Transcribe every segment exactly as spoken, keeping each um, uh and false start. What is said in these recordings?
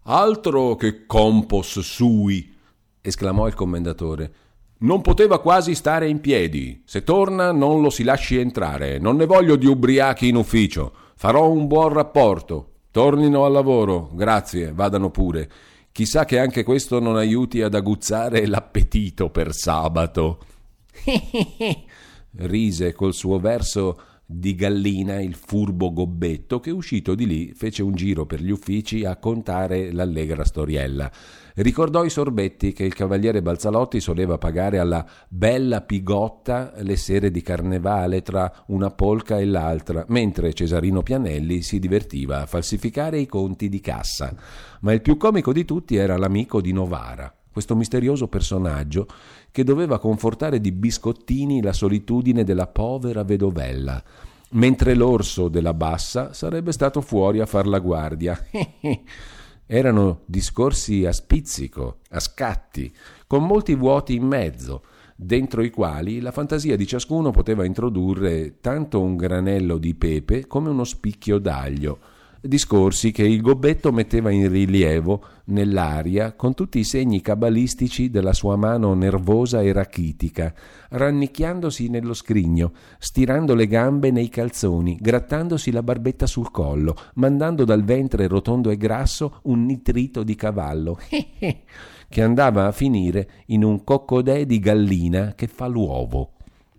Altro che compos sui, esclamò il commendatore. Non poteva quasi stare in piedi. Se torna non lo si lasci entrare. Non ne voglio di ubriachi in ufficio. Farò un buon rapporto. Tornino al lavoro. Grazie, vadano pure. Chissà che anche questo non aiuti ad aguzzare l'appetito per sabato. Rise col suo verso di gallina il furbo Gobbetto, che uscito di lì fece un giro per gli uffici a contare l'allegra storiella. Ricordò i sorbetti che il cavaliere Balzalotti soleva pagare alla Bella Pigotta le sere di carnevale tra una polca e l'altra, mentre Cesarino Pianelli si divertiva a falsificare i conti di cassa. Ma il più comico di tutti era l'amico di Novara, questo misterioso personaggio che doveva confortare di biscottini la solitudine della povera vedovella, mentre l'orso della Bassa sarebbe stato fuori a far la guardia. Erano discorsi a spizzico, a scatti, con molti vuoti in mezzo, dentro i quali la fantasia di ciascuno poteva introdurre tanto un granello di pepe come uno spicchio d'aglio. Discorsi che il Gobbetto metteva in rilievo nell'aria con tutti i segni cabalistici della sua mano nervosa e rachitica, rannicchiandosi nello scrigno, stirando le gambe nei calzoni, grattandosi la barbetta sul collo, mandando dal ventre rotondo e grasso un nitrito di cavallo che andava a finire in un coccodè di gallina che fa l'uovo.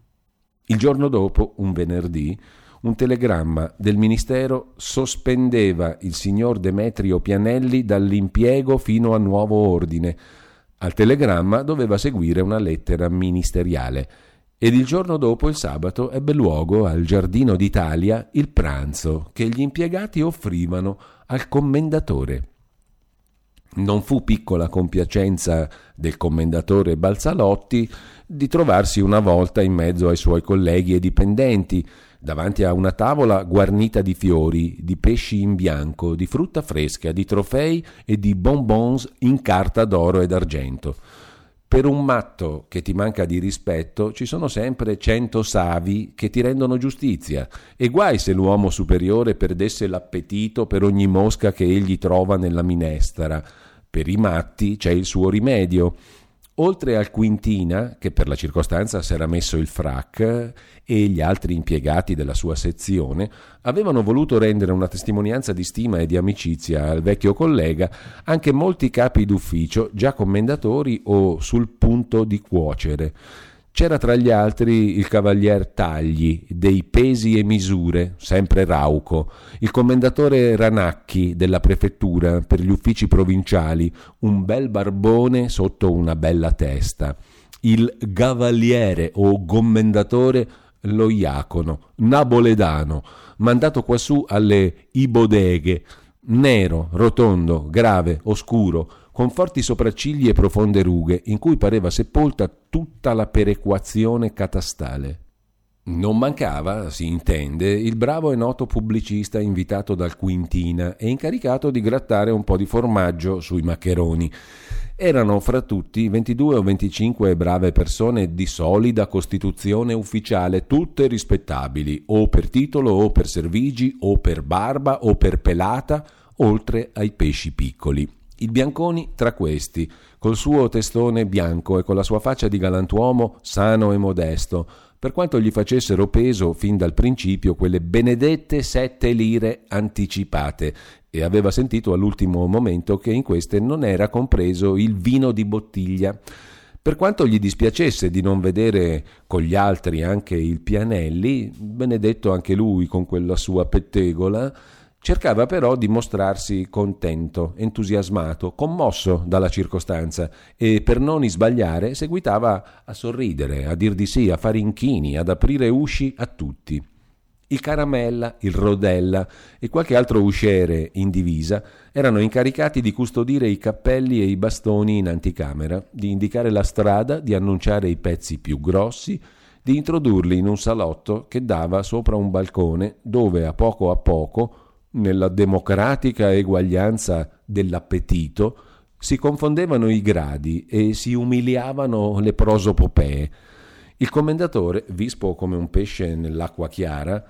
Il giorno dopo, un venerdì, un telegramma del ministero sospendeva il signor Demetrio Pianelli dall'impiego fino a nuovo ordine. Al telegramma doveva seguire una lettera ministeriale ed il giorno dopo, il sabato, ebbe luogo al Giardino d'Italia il pranzo che gli impiegati offrivano al commendatore. Non fu piccola compiacenza del commendatore Balzalotti di trovarsi una volta in mezzo ai suoi colleghi e dipendenti, davanti a una tavola guarnita di fiori, di pesci in bianco, di frutta fresca, di trofei e di bonbons in carta d'oro ed argento. Per un matto che ti manca di rispetto ci sono sempre cento savi che ti rendono giustizia, e guai se l'uomo superiore perdesse l'appetito per ogni mosca che egli trova nella minestra. Per i matti c'è il suo rimedio. Oltre al Quintina, che per la circostanza s'era messo il frac, e gli altri impiegati della sua sezione avevano voluto rendere una testimonianza di stima e di amicizia al vecchio collega anche molti capi d'ufficio già commendatori o sul punto di cuocere. C'era tra gli altri il cavalier Tagli, dei pesi e misure, sempre rauco, il commendatore Ranacchi della prefettura per gli uffici provinciali, un bel barbone sotto una bella testa, il gavaliere o commendatore Lo Iacono, napoletano, mandato quassù alle ibodeghe, nero, rotondo, grave, oscuro, con forti sopracciglia e profonde rughe, in cui pareva sepolta tutta la perequazione catastale. Non mancava, si intende, il bravo e noto pubblicista invitato dal Quintina e incaricato di grattare un po' di formaggio sui maccheroni. Erano fra tutti ventidue o venticinque brave persone di solida costituzione ufficiale, tutte rispettabili, o per titolo o per servigi o per barba o per pelata, oltre ai pesci piccoli. Il Bianconi tra questi, col suo testone bianco e con la sua faccia di galantuomo sano e modesto, per quanto gli facessero peso fin dal principio quelle benedette sette lire anticipate, e aveva sentito all'ultimo momento che in queste non era compreso il vino di bottiglia. Per quanto gli dispiacesse di non vedere con gli altri anche il Pianelli, benedetto anche lui con quella sua pettegola, cercava però di mostrarsi contento, entusiasmato, commosso dalla circostanza, e per non sbagliare seguitava a sorridere, a dir di sì, a fare inchini, ad aprire usci a tutti. Il Caramella, il Rodella e qualche altro usciere in divisa erano incaricati di custodire i cappelli e i bastoni in anticamera, di indicare la strada, di annunciare i pezzi più grossi, di introdurli in un salotto che dava sopra un balcone dove a poco a poco, nella democratica eguaglianza dell'appetito, si confondevano i gradi e si umiliavano le prosopopee. Il commendatore, vispo come un pesce nell'acqua chiara,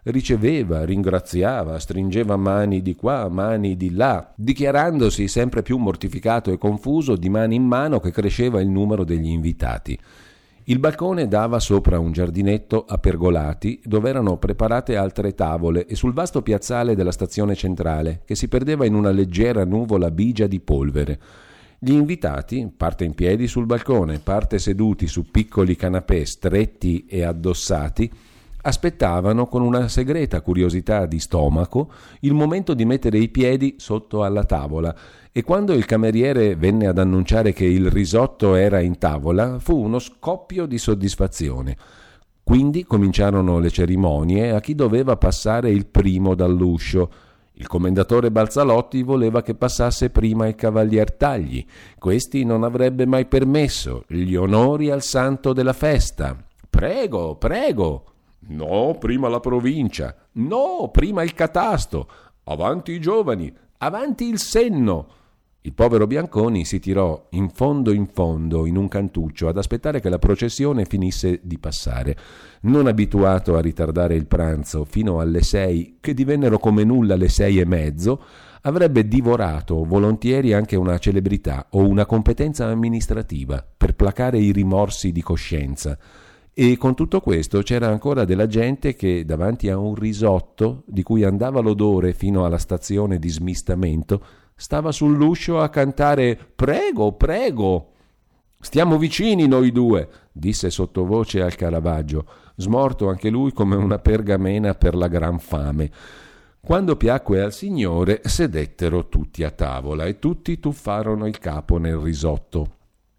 riceveva, ringraziava, stringeva mani di qua, mani di là, dichiarandosi sempre più mortificato e confuso di mano in mano che cresceva il numero degli invitati. Il balcone dava sopra un giardinetto a pergolati dove erano preparate altre tavole e sul vasto piazzale della stazione centrale che si perdeva in una leggera nuvola bigia di polvere. Gli invitati, parte in piedi sul balcone, parte seduti su piccoli canapè stretti e addossati, aspettavano con una segreta curiosità di stomaco il momento di mettere i piedi sotto alla tavola, e quando il cameriere venne ad annunciare che il risotto era in tavola fu uno scoppio di soddisfazione. Quindi cominciarono le cerimonie a chi doveva passare il primo dall'uscio. Il commendatore Balzalotti voleva che passasse prima il cavalier Tagli. Questi non avrebbe mai permesso. Gli onori al santo della festa. Prego, prego. No, prima la provincia. No, prima il catasto. Avanti i giovani. Avanti il senno. Il povero Bianconi si tirò in fondo in fondo in un cantuccio ad aspettare che la processione finisse di passare. Non abituato a ritardare il pranzo fino alle sei, che divennero come nulla le sei e mezzo, avrebbe divorato volontieri anche una celebrità o una competenza amministrativa per placare i rimorsi di coscienza. E con tutto questo c'era ancora della gente che, davanti a un risotto di cui andava l'odore fino alla stazione di smistamento, stava sull'uscio a cantare «Prego, prego!» «Stiamo vicini noi due», disse sottovoce al Caravaggio, smorto anche lui come una pergamena per la gran fame. Quando piacque al signore, sedettero tutti a tavola e tutti tuffarono il capo nel risotto.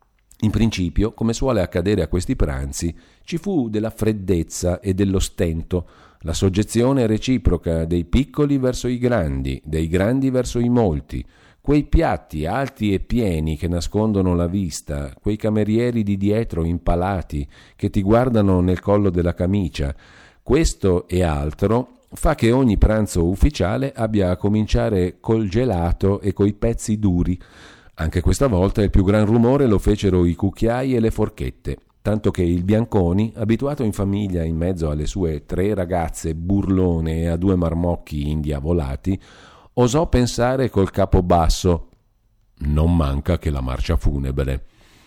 In principio, come suole accadere a questi pranzi, ci fu della freddezza e dello stento, la soggezione reciproca dei piccoli verso i grandi, dei grandi verso i molti, quei piatti alti e pieni che nascondono la vista, quei camerieri di dietro impalati che ti guardano nel collo della camicia. Questo e altro fa che ogni pranzo ufficiale abbia a cominciare col gelato e coi pezzi duri. Anche questa volta il più gran rumore lo fecero i cucchiai e le forchette, tanto che il Bianconi, abituato in famiglia in mezzo alle sue tre ragazze burlone e a due marmocchi indiavolati, osò pensare col capo basso: non manca che la marcia funebre.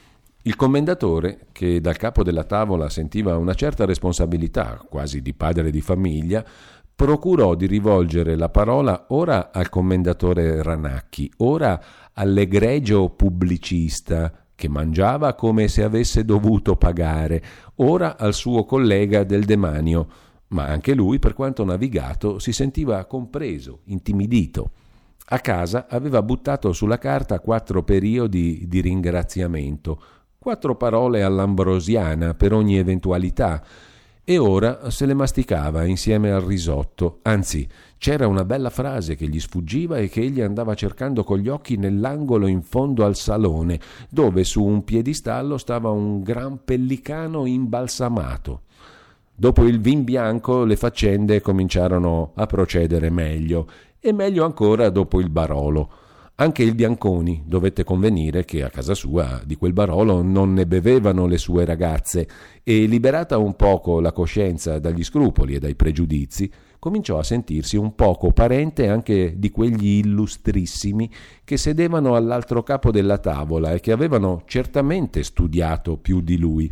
Il commendatore, che dal capo della tavola sentiva una certa responsabilità, quasi di padre di famiglia, procurò di rivolgere la parola ora al commendatore Ranacchi, ora all'egregio pubblicista che mangiava come se avesse dovuto pagare, ora al suo collega del demanio, ma anche lui, per quanto navigato, si sentiva compreso, intimidito. A casa aveva buttato sulla carta quattro periodi di ringraziamento, quattro parole all'ambrosiana per ogni eventualità, e ora se le masticava insieme al risotto. Anzi, c'era una bella frase che gli sfuggiva e che egli andava cercando con gli occhi nell'angolo in fondo al salone, dove su un piedistallo stava un gran pellicano imbalsamato. Dopo il vin bianco le faccende cominciarono a procedere meglio, e meglio ancora dopo il Barolo. Anche il Bianconi dovette convenire che a casa sua di quel Barolo non ne bevevano le sue ragazze, e liberata un poco la coscienza dagli scrupoli e dai pregiudizi, cominciò a sentirsi un poco parente anche di quegli illustrissimi che sedevano all'altro capo della tavola e che avevano certamente studiato più di lui.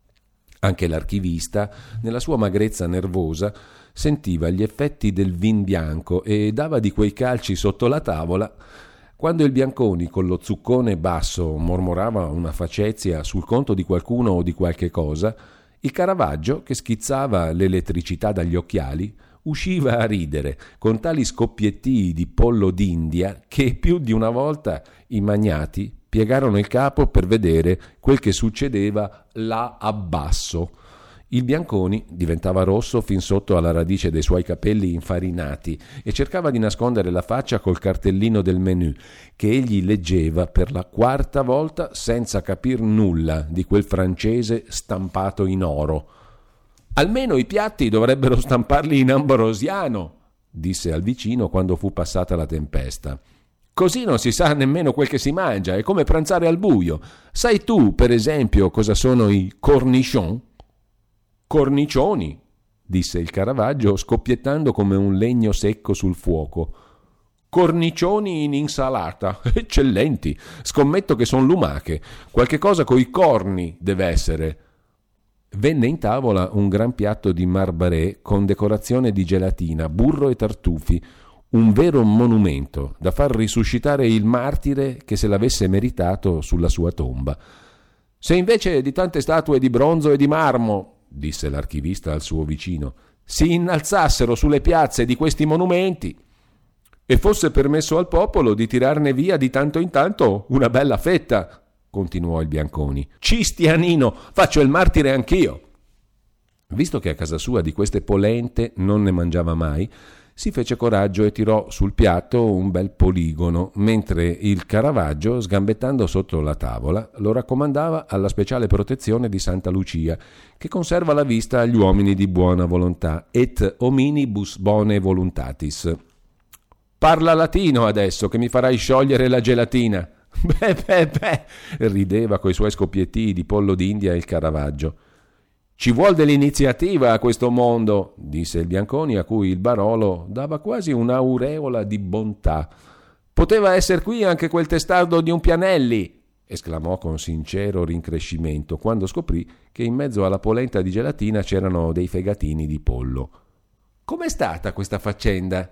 Anche l'archivista, nella sua magrezza nervosa, sentiva gli effetti del vin bianco e dava di quei calci sotto la tavola. Quando il Bianconi con lo zuccone basso mormorava una facezia sul conto di qualcuno o di qualche cosa, il Caravaggio, che schizzava l'elettricità dagli occhiali, usciva a ridere con tali scoppiettii di pollo d'India che più di una volta i magnati piegarono il capo per vedere quel che succedeva là abbasso. Il Bianconi diventava rosso fin sotto alla radice dei suoi capelli infarinati e cercava di nascondere la faccia col cartellino del menù, che egli leggeva per la quarta volta senza capir nulla di quel francese stampato in oro. «Almeno i piatti dovrebbero stamparli in ambrosiano», disse al vicino quando fu passata la tempesta. «Così non si sa nemmeno quel che si mangia, è come pranzare al buio. Sai tu, per esempio, cosa sono i cornichon?» «Cornicioni», disse il Caravaggio, scoppiettando come un legno secco sul fuoco. Cornicioni in insalata, eccellenti, scommetto che son lumache, qualche cosa coi corni deve essere. Venne in tavola un gran piatto di marbarè con decorazione di gelatina, burro e tartufi, un vero monumento da far risuscitare il martire che se l'avesse meritato sulla sua tomba. Se invece di tante statue di bronzo e di marmo, disse l'archivista al suo vicino, si innalzassero sulle piazze di questi monumenti e fosse permesso al popolo di tirarne via di tanto in tanto una bella fetta, continuò il Bianconi. Cistianino, faccio il martire anch'io. Visto che a casa sua di queste polente non ne mangiava mai, si fece coraggio e tirò sul piatto un bel poligono, mentre il Caravaggio, sgambettando sotto la tavola, lo raccomandava alla speciale protezione di Santa Lucia, che conserva la vista agli uomini di buona volontà, et hominibus bone voluntatis. Parla latino adesso, che mi farai sciogliere la gelatina. Beh, beh, beh, rideva coi suoi scoppiettii di pollo d'India il Caravaggio. Ci vuol dell'iniziativa a questo mondo, disse il Bianconi, a cui il Barolo dava quasi un'aureola di bontà. Poteva essere qui anche quel testardo di un Pianelli, esclamò con sincero rincrescimento, quando scoprì che in mezzo alla polenta di gelatina c'erano dei fegatini di pollo. Com'è stata questa faccenda?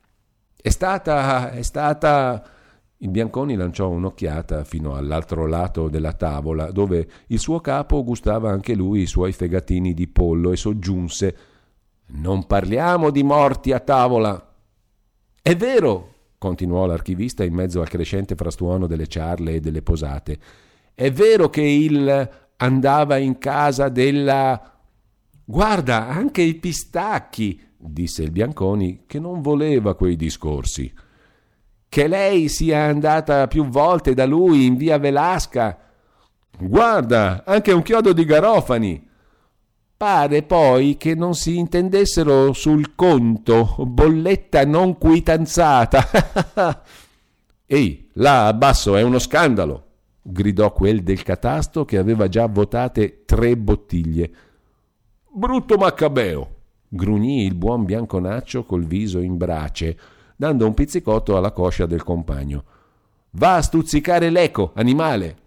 È stata... è stata... Il Bianconi lanciò un'occhiata fino all'altro lato della tavola, dove il suo capo gustava anche lui i suoi fegatini di pollo, e soggiunse: «Non parliamo di morti a tavola!» «È vero!» continuò l'archivista in mezzo al crescente frastuono delle ciarle e delle posate. «È vero che il andava in casa della... Guarda, anche i pistacchi!» disse il Bianconi, che non voleva quei discorsi. «Che lei sia andata più volte da lui in via Velasca. Guarda, anche un chiodo di garofani. Pare poi che non si intendessero sul conto, bolletta non quitanzata.» «Ehi, là abbasso, è uno scandalo!» gridò quel del catasto, che aveva già votate tre bottiglie. «Brutto Maccabeo!» grugnì il buon Bianconaccio col viso in brace, dando un pizzicotto alla coscia del compagno. «Va a stuzzicare l'eco, animale!»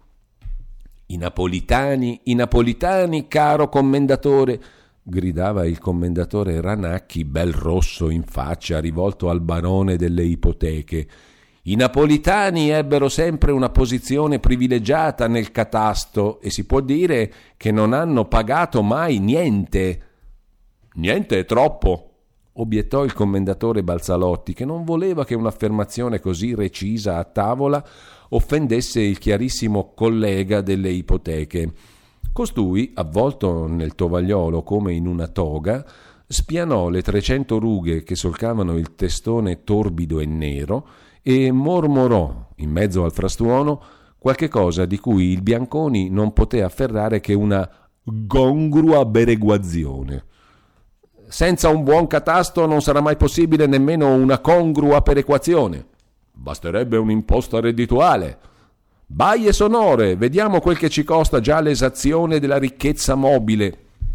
«I napolitani, i napolitani, caro commendatore!» gridava il commendatore Ranacchi, bel rosso in faccia, rivolto al barone delle ipoteche. «I napolitani ebbero sempre una posizione privilegiata nel catasto e si può dire che non hanno pagato mai niente.» «Niente è troppo!» obiettò il commendatore Balzalotti, che non voleva che un'affermazione così recisa a tavola offendesse il chiarissimo collega delle ipoteche. Costui, avvolto nel tovagliolo come in una toga, spianò le trecento rughe che solcavano il testone torbido e nero e mormorò, in mezzo al frastuono, qualche cosa di cui il Bianconi non poté afferrare che una congrua bereguazione. «Senza un buon catasto non sarà mai possibile nemmeno una congrua perequazione. Basterebbe un'imposta reddituale. Baie sonore, vediamo quel che ci costa già l'esazione della ricchezza mobile.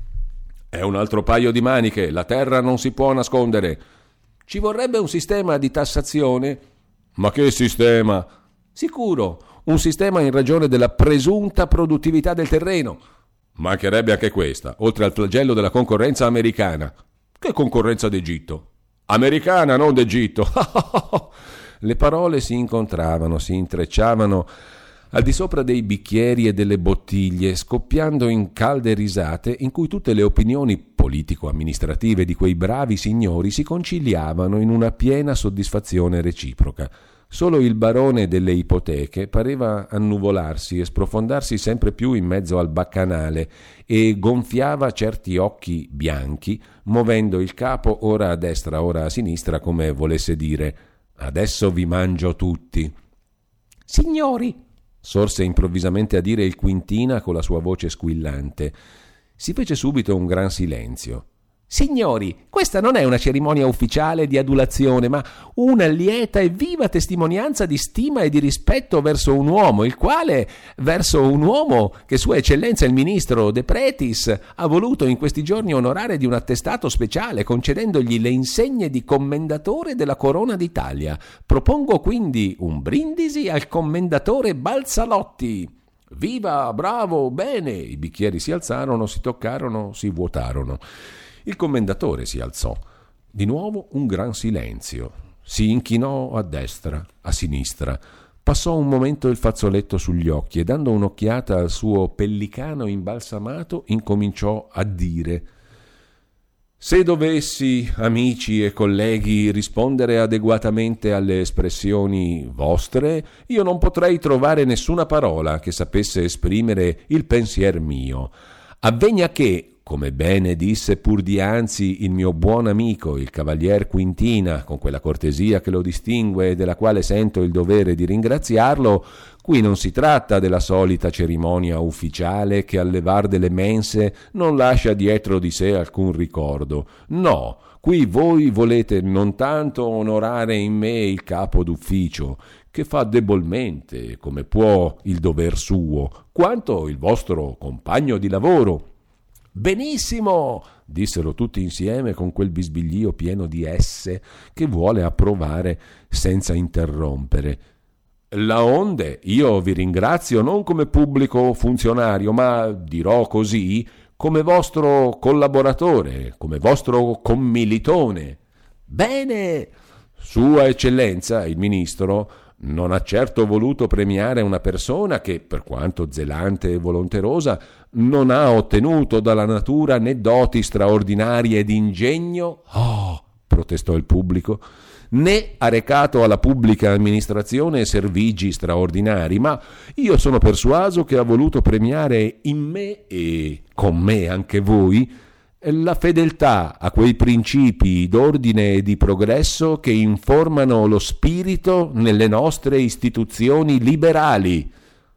È un altro paio di maniche, la terra non si può nascondere. Ci vorrebbe un sistema di tassazione.» «Ma che sistema?» «Sicuro, un sistema in ragione della presunta produttività del terreno.» «Mancherebbe anche questa, oltre al flagello della concorrenza americana.» «Che concorrenza d'Egitto?» «Americana, non d'Egitto.» Le parole si incontravano, si intrecciavano al di sopra dei bicchieri e delle bottiglie, scoppiando in calde risate in cui tutte le opinioni politico-amministrative di quei bravi signori si conciliavano in una piena soddisfazione reciproca. Solo il barone delle ipoteche pareva annuvolarsi e sprofondarsi sempre più in mezzo al baccanale e gonfiava certi occhi bianchi, muovendo il capo ora a destra ora a sinistra, come volesse dire: «Adesso vi mangio tutti.» «Signori!» sorse improvvisamente a dire il Quintina con la sua voce squillante. Si fece subito un gran silenzio. Signori, questa non è una cerimonia ufficiale di adulazione, ma una lieta e viva testimonianza di stima e di rispetto verso un uomo, il quale, verso un uomo che Sua Eccellenza il Ministro De Pretis ha voluto in questi giorni onorare di un attestato speciale, concedendogli le insegne di commendatore della Corona d'Italia. Propongo quindi un brindisi al commendatore Balzalotti. Viva, bravo, bene! I bicchieri si alzarono, si toccarono, si vuotarono. Il commendatore si alzò. Di nuovo un gran silenzio. Si inchinò a destra, a sinistra. Passò un momento il fazzoletto sugli occhi e, dando un'occhiata al suo pellicano imbalsamato, incominciò a dire: se dovessi, amici e colleghi, rispondere adeguatamente alle espressioni vostre, io non potrei trovare nessuna parola che sapesse esprimere il pensier mio. Avvegna che, come bene disse pur dianzi il mio buon amico, il cavalier Quintina, con quella cortesia che lo distingue e della quale sento il dovere di ringraziarlo, qui non si tratta della solita cerimonia ufficiale che al levar delle mense non lascia dietro di sé alcun ricordo. No, qui voi volete non tanto onorare in me il capo d'ufficio, che fa debolmente, come può, il dover suo, quanto il vostro compagno di lavoro. Benissimo, dissero tutti insieme con quel bisbiglio pieno di esse che vuole approvare senza interrompere. Laonde io vi ringrazio non come pubblico funzionario, ma dirò così come vostro collaboratore, come vostro commilitone. Bene, Sua Eccellenza il Ministro non ha certo voluto premiare una persona che, per quanto zelante e volonterosa, non ha ottenuto dalla natura né doti straordinarie d'ingegno, oh, protestò il pubblico, né ha recato alla pubblica amministrazione servigi straordinari, ma io sono persuaso che ha voluto premiare in me e con me anche voi la fedeltà a quei principi d'ordine e di progresso che informano lo spirito nelle nostre istituzioni liberali.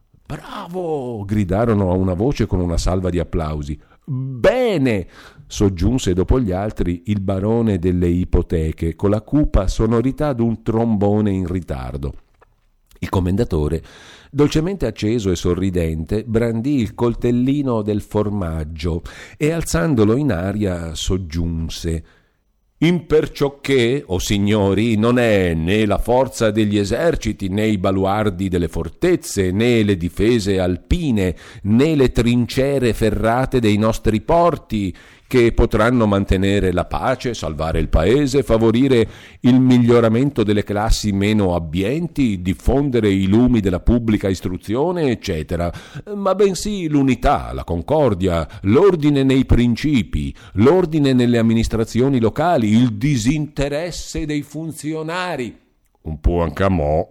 Bravo! Gridarono a una voce con una salva di applausi. Bene! Soggiunse dopo gli altri il barone delle ipoteche con la cupa sonorità d'un trombone in ritardo. Il commendatore, dolcemente acceso e sorridente, brandì il coltellino del formaggio e, alzandolo in aria, soggiunse: imperciò che, o signori, non è né la forza degli eserciti, né i baluardi delle fortezze, né le difese alpine, né le trincee ferrate dei nostri porti che potranno mantenere la pace, salvare il paese, favorire il miglioramento delle classi meno abbienti, diffondere i lumi della pubblica istruzione, eccetera, ma bensì l'unità, la concordia, l'ordine nei principi, l'ordine nelle amministrazioni locali, il disinteresse dei funzionari. Un po' anche a mo'.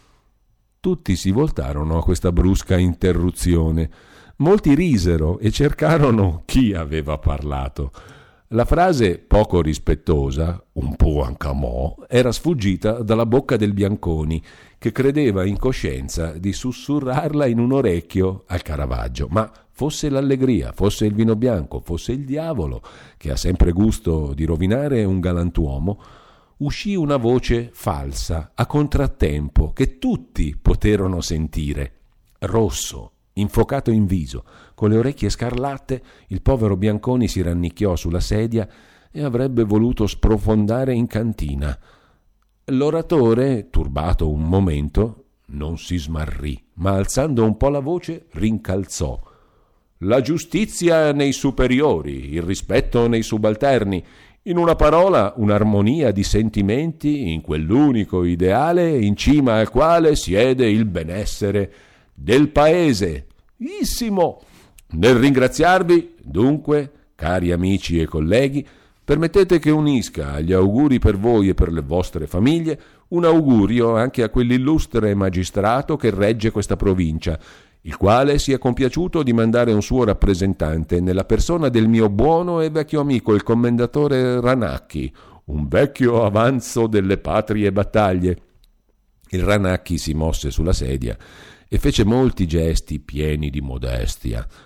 Tutti si voltarono a questa brusca interruzione. Molti risero e cercarono chi aveva parlato. La frase poco rispettosa, un po' anche a mo', era sfuggita dalla bocca del Bianconi, che credeva in coscienza di sussurrarla in un orecchio al Caravaggio, ma fosse l'allegria, fosse il vino bianco, fosse il diavolo, che ha sempre gusto di rovinare un galantuomo, uscì una voce falsa, a contrattempo, che tutti poterono sentire. Rosso, infocato in viso, con le orecchie scarlatte, il povero Bianconi si rannicchiò sulla sedia e avrebbe voluto sprofondare in cantina. L'oratore, turbato un momento, non si smarrì, ma alzando un po' la voce rincalzò: la giustizia nei superiori, il rispetto nei subalterni, in una parola un'armonia di sentimenti in quell'unico ideale in cima al quale siede il benessere del paese. Issimo! Nel ringraziarvi, dunque, cari amici e colleghi, permettete che unisca agli auguri per voi e per le vostre famiglie un augurio anche a quell'illustre magistrato che regge questa provincia, il quale si è compiaciuto di mandare un suo rappresentante nella persona del mio buono e vecchio amico il commendatore Ranacchi, un vecchio avanzo delle patrie battaglie. Il Ranacchi si mosse sulla sedia e fece molti gesti pieni di modestia.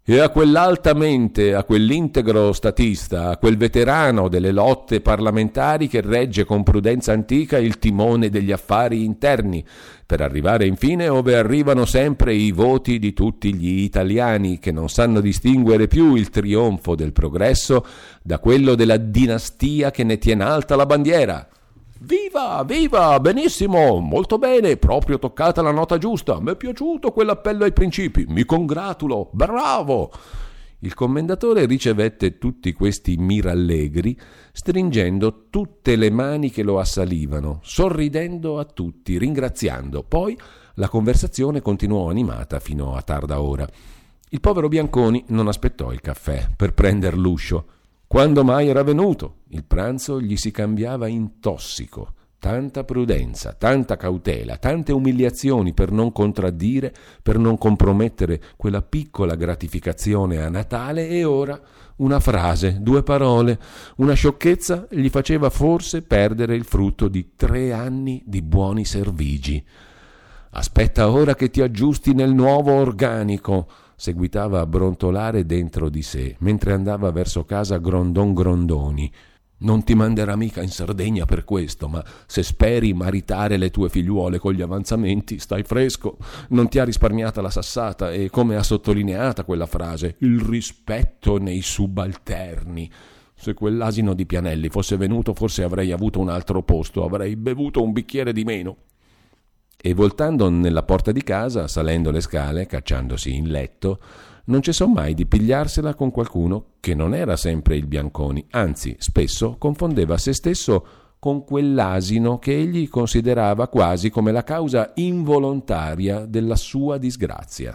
E a quell'alta mente, a quell'integro statista, a quel veterano delle lotte parlamentari che regge con prudenza antica il timone degli affari interni, per arrivare infine ove arrivano sempre i voti di tutti gli italiani che non sanno distinguere più il trionfo del progresso da quello della dinastia che ne tiene alta la bandiera. Viva, viva, benissimo, molto bene, proprio toccata la nota giusta, mi è piaciuto quell'appello ai principi, mi congratulo, bravo! Il commendatore ricevette tutti questi mirallegri stringendo tutte le mani che lo assalivano, sorridendo a tutti, ringraziando. Poi la conversazione continuò animata fino a tarda ora. Il povero Bianconi non aspettò il caffè per prender l'uscio. Quando mai era venuto? Il pranzo gli si cambiava in tossico. Tanta prudenza, tanta cautela, tante umiliazioni per non contraddire, per non compromettere quella piccola gratificazione a Natale, e ora una frase, due parole, una sciocchezza gli faceva forse perdere il frutto di tre anni di buoni servigi. Aspetta ora che ti aggiusti nel nuovo organico, seguitava a brontolare dentro di sé, mentre andava verso casa grondon grondoni. Non ti manderà mica in Sardegna per questo, ma se speri maritare le tue figliuole con gli avanzamenti, stai fresco. Non ti ha risparmiata la sassata e, come ha sottolineata quella frase, il rispetto nei subalterni. Se quell'asino di Pianelli fosse venuto, forse avrei avuto un altro posto, avrei bevuto un bicchiere di meno. E voltando nella porta di casa, salendo le scale, cacciandosi in letto, non cessò mai di pigliarsela con qualcuno che non era sempre il Bianconi, anzi spesso confondeva se stesso con quell'asino che egli considerava quasi come la causa involontaria della sua disgrazia.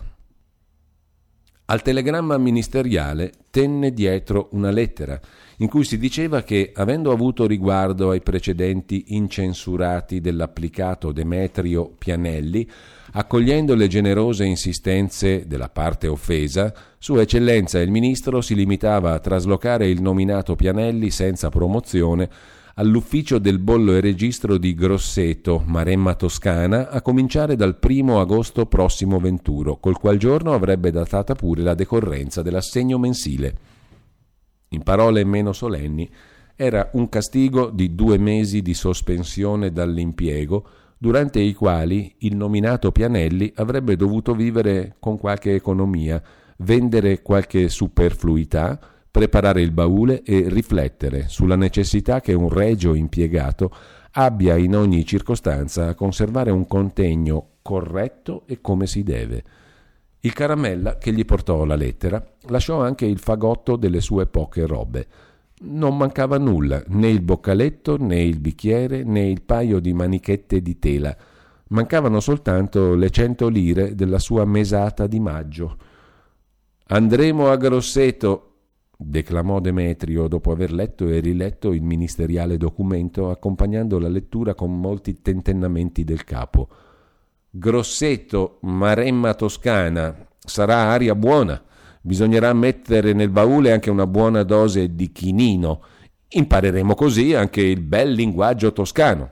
Al telegramma ministeriale tenne dietro una lettera in cui si diceva che, avendo avuto riguardo ai precedenti incensurati dell'applicato Demetrio Pianelli, accogliendo le generose insistenze della parte offesa, Sua Eccellenza il Ministro si limitava a traslocare il nominato Pianelli senza promozione all'ufficio del bollo e registro di Grosseto, Maremma Toscana, a cominciare dal primo agosto prossimo venturo, col qual giorno avrebbe datata pure la decorrenza dell'assegno mensile. In parole meno solenni, era un castigo di due mesi di sospensione dall'impiego, durante i quali il nominato Pianelli avrebbe dovuto vivere con qualche economia, vendere qualche superfluità, preparare il baule e riflettere sulla necessità che un regio impiegato abbia in ogni circostanza a conservare un contegno corretto e come si deve. Il Caramella, che gli portò la lettera, lasciò anche il fagotto delle sue poche robe. Non mancava nulla, né il boccaletto, né il bicchiere, né il paio di manichette di tela. Mancavano soltanto le cento lire della sua mesata di maggio. «Andremo a Grosseto», declamò Demetrio dopo aver letto e riletto il ministeriale documento, accompagnando la lettura con molti tentennamenti del capo. «Grosseto, Maremma Toscana, sarà aria buona. Bisognerà mettere nel baule anche una buona dose di chinino. Impareremo così anche il bel linguaggio toscano».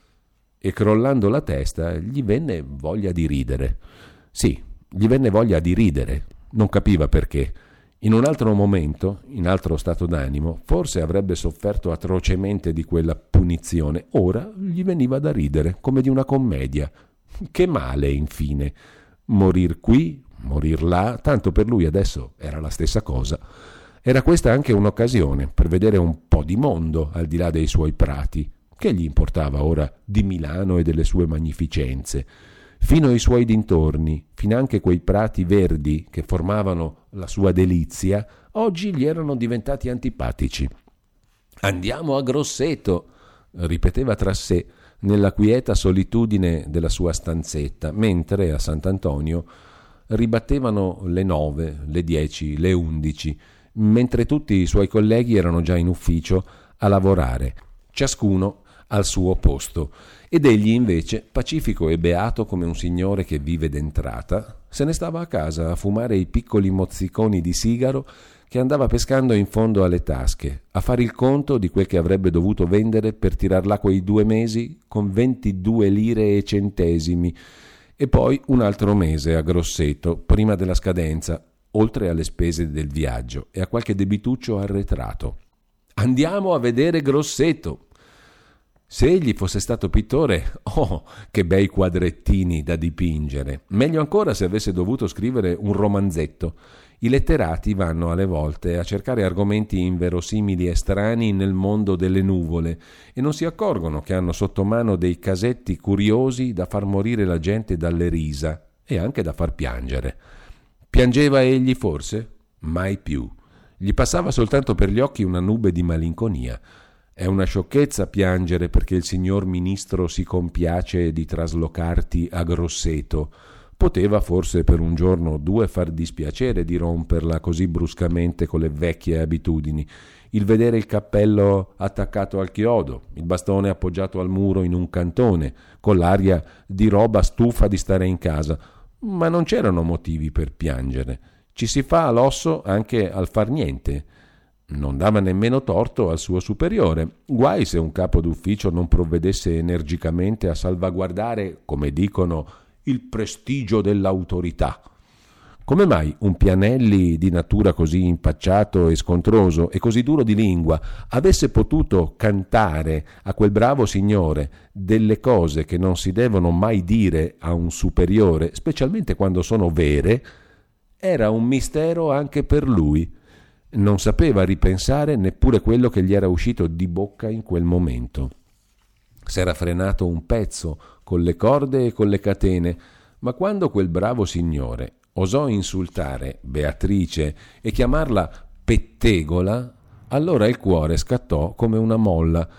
E crollando la testa gli venne voglia di ridere. Sì, gli venne voglia di ridere. Non capiva perché. In un altro momento, in altro stato d'animo, forse avrebbe sofferto atrocemente di quella punizione. Ora gli veniva da ridere, come di una commedia. Che male, infine. Morir qui, morir là, tanto per lui adesso era la stessa cosa. Era questa anche un'occasione per vedere un po' di mondo al di là dei suoi prati. Che gli importava ora di Milano e delle sue magnificenze? Fino ai suoi dintorni, finanche quei prati verdi che formavano la sua delizia, oggi gli erano diventati antipatici. «Andiamo a Grosseto», ripeteva tra sé nella quieta solitudine della sua stanzetta, mentre a Sant'Antonio ribattevano le nove, le dieci, le undici, mentre tutti i suoi colleghi erano già in ufficio a lavorare, ciascuno al suo posto, ed egli invece, pacifico e beato come un signore che vive d'entrata, se ne stava a casa a fumare i piccoli mozziconi di sigaro che andava pescando in fondo alle tasche, a fare il conto di quel che avrebbe dovuto vendere per tirar là quei due mesi con ventidue lire e centesimi, e poi un altro mese a Grosseto, prima della scadenza, oltre alle spese del viaggio e a qualche debituccio arretrato. Andiamo a vedere Grosseto. Se egli fosse stato pittore, oh, che bei quadrettini da dipingere! Meglio ancora se avesse dovuto scrivere un romanzetto. I letterati vanno alle volte a cercare argomenti inverosimili e strani nel mondo delle nuvole e non si accorgono che hanno sotto mano dei casetti curiosi da far morire la gente dalle risa e anche da far piangere. Piangeva egli forse? Mai più. Gli passava soltanto per gli occhi una nube di malinconia. È una sciocchezza piangere perché il signor ministro si compiace di traslocarti a Grosseto. Poteva forse per un giorno o due far dispiacere di romperla così bruscamente con le vecchie abitudini. Il vedere il cappello attaccato al chiodo, il bastone appoggiato al muro in un cantone, con l'aria di roba stufa di stare in casa. Ma non c'erano motivi per piangere. Ci si fa l'osso anche al far niente. Non dava nemmeno torto al suo superiore. Guai se un capo d'ufficio non provvedesse energicamente a salvaguardare, come dicono, il prestigio dell'autorità. Come mai un Pianelli di natura così impacciato e scontroso e così duro di lingua avesse potuto cantare a quel bravo signore delle cose che non si devono mai dire a un superiore, specialmente quando sono vere, era un mistero anche per lui. Non sapeva ripensare neppure quello che gli era uscito di bocca in quel momento. S'era frenato un pezzo con le corde e con le catene, ma quando quel bravo signore osò insultare Beatrice e chiamarla pettegola, allora il cuore scattò come una molla.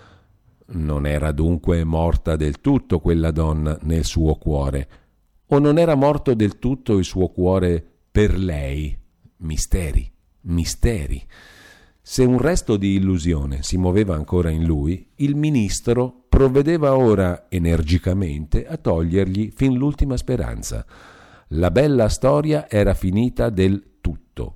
Non era dunque morta del tutto quella donna nel suo cuore, o non era morto del tutto il suo cuore per lei? Misteri. Misteri. Se un resto di illusione si muoveva ancora in lui, il ministro provvedeva ora energicamente a togliergli fin l'ultima speranza. La bella storia era finita del tutto.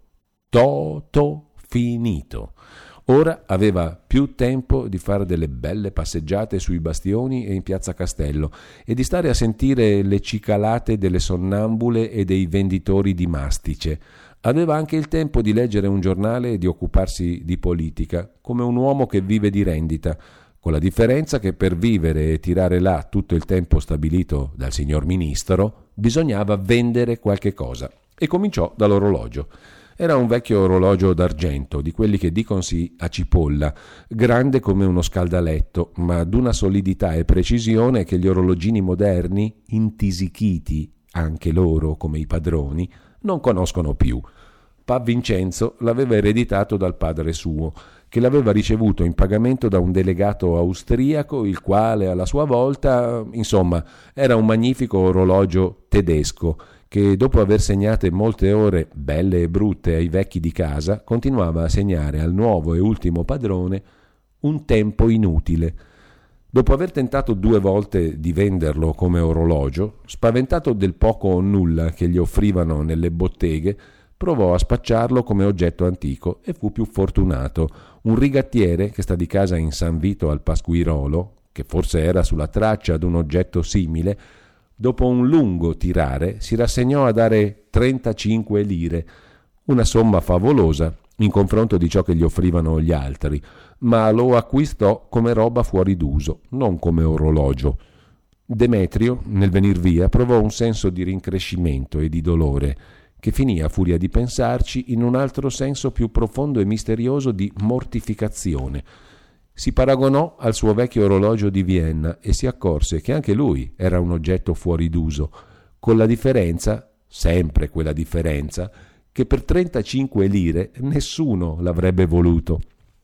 Toto finito. Ora aveva più tempo di fare delle belle passeggiate sui bastioni e in piazza Castello e di stare a sentire le cicalate delle sonnambule e dei venditori di mastice. Aveva anche il tempo di leggere un giornale e di occuparsi di politica, come un uomo che vive di rendita, con la differenza che per vivere e tirare là tutto il tempo stabilito dal signor ministro bisognava vendere qualche cosa. E cominciò dall'orologio. Era un vecchio orologio d'argento, di quelli che diconsi a cipolla, grande come uno scaldaletto, ma d'una solidità e precisione che gli orologini moderni, intisichiti anche loro come i padroni, non conoscono più. Pa Vincenzo l'aveva ereditato dal padre suo, che l'aveva ricevuto in pagamento da un delegato austriaco, il quale alla sua volta, insomma, era un magnifico orologio tedesco che dopo aver segnate molte ore belle e brutte ai vecchi di casa, continuava a segnare al nuovo e ultimo padrone un tempo inutile. Dopo aver tentato due volte di venderlo come orologio, spaventato del poco o nulla che gli offrivano nelle botteghe, provò a spacciarlo come oggetto antico e fu più fortunato. Un rigattiere che sta di casa in San Vito al Pasquirolo, che forse era sulla traccia d'un oggetto simile, dopo un lungo tirare si rassegnò a dare trentacinque lire, una somma favolosa in confronto di ciò che gli offrivano gli altri, ma lo acquistò come roba fuori d'uso, non come orologio. Demetrio, nel venir via, provò un senso di rincrescimento e di dolore, che finì, a furia di pensarci, in un altro senso più profondo e misterioso di mortificazione. Si paragonò al suo vecchio orologio di Vienna e si accorse che anche lui era un oggetto fuori d'uso, con la differenza, sempre quella differenza, che per trentacinque lire nessuno l'avrebbe voluto.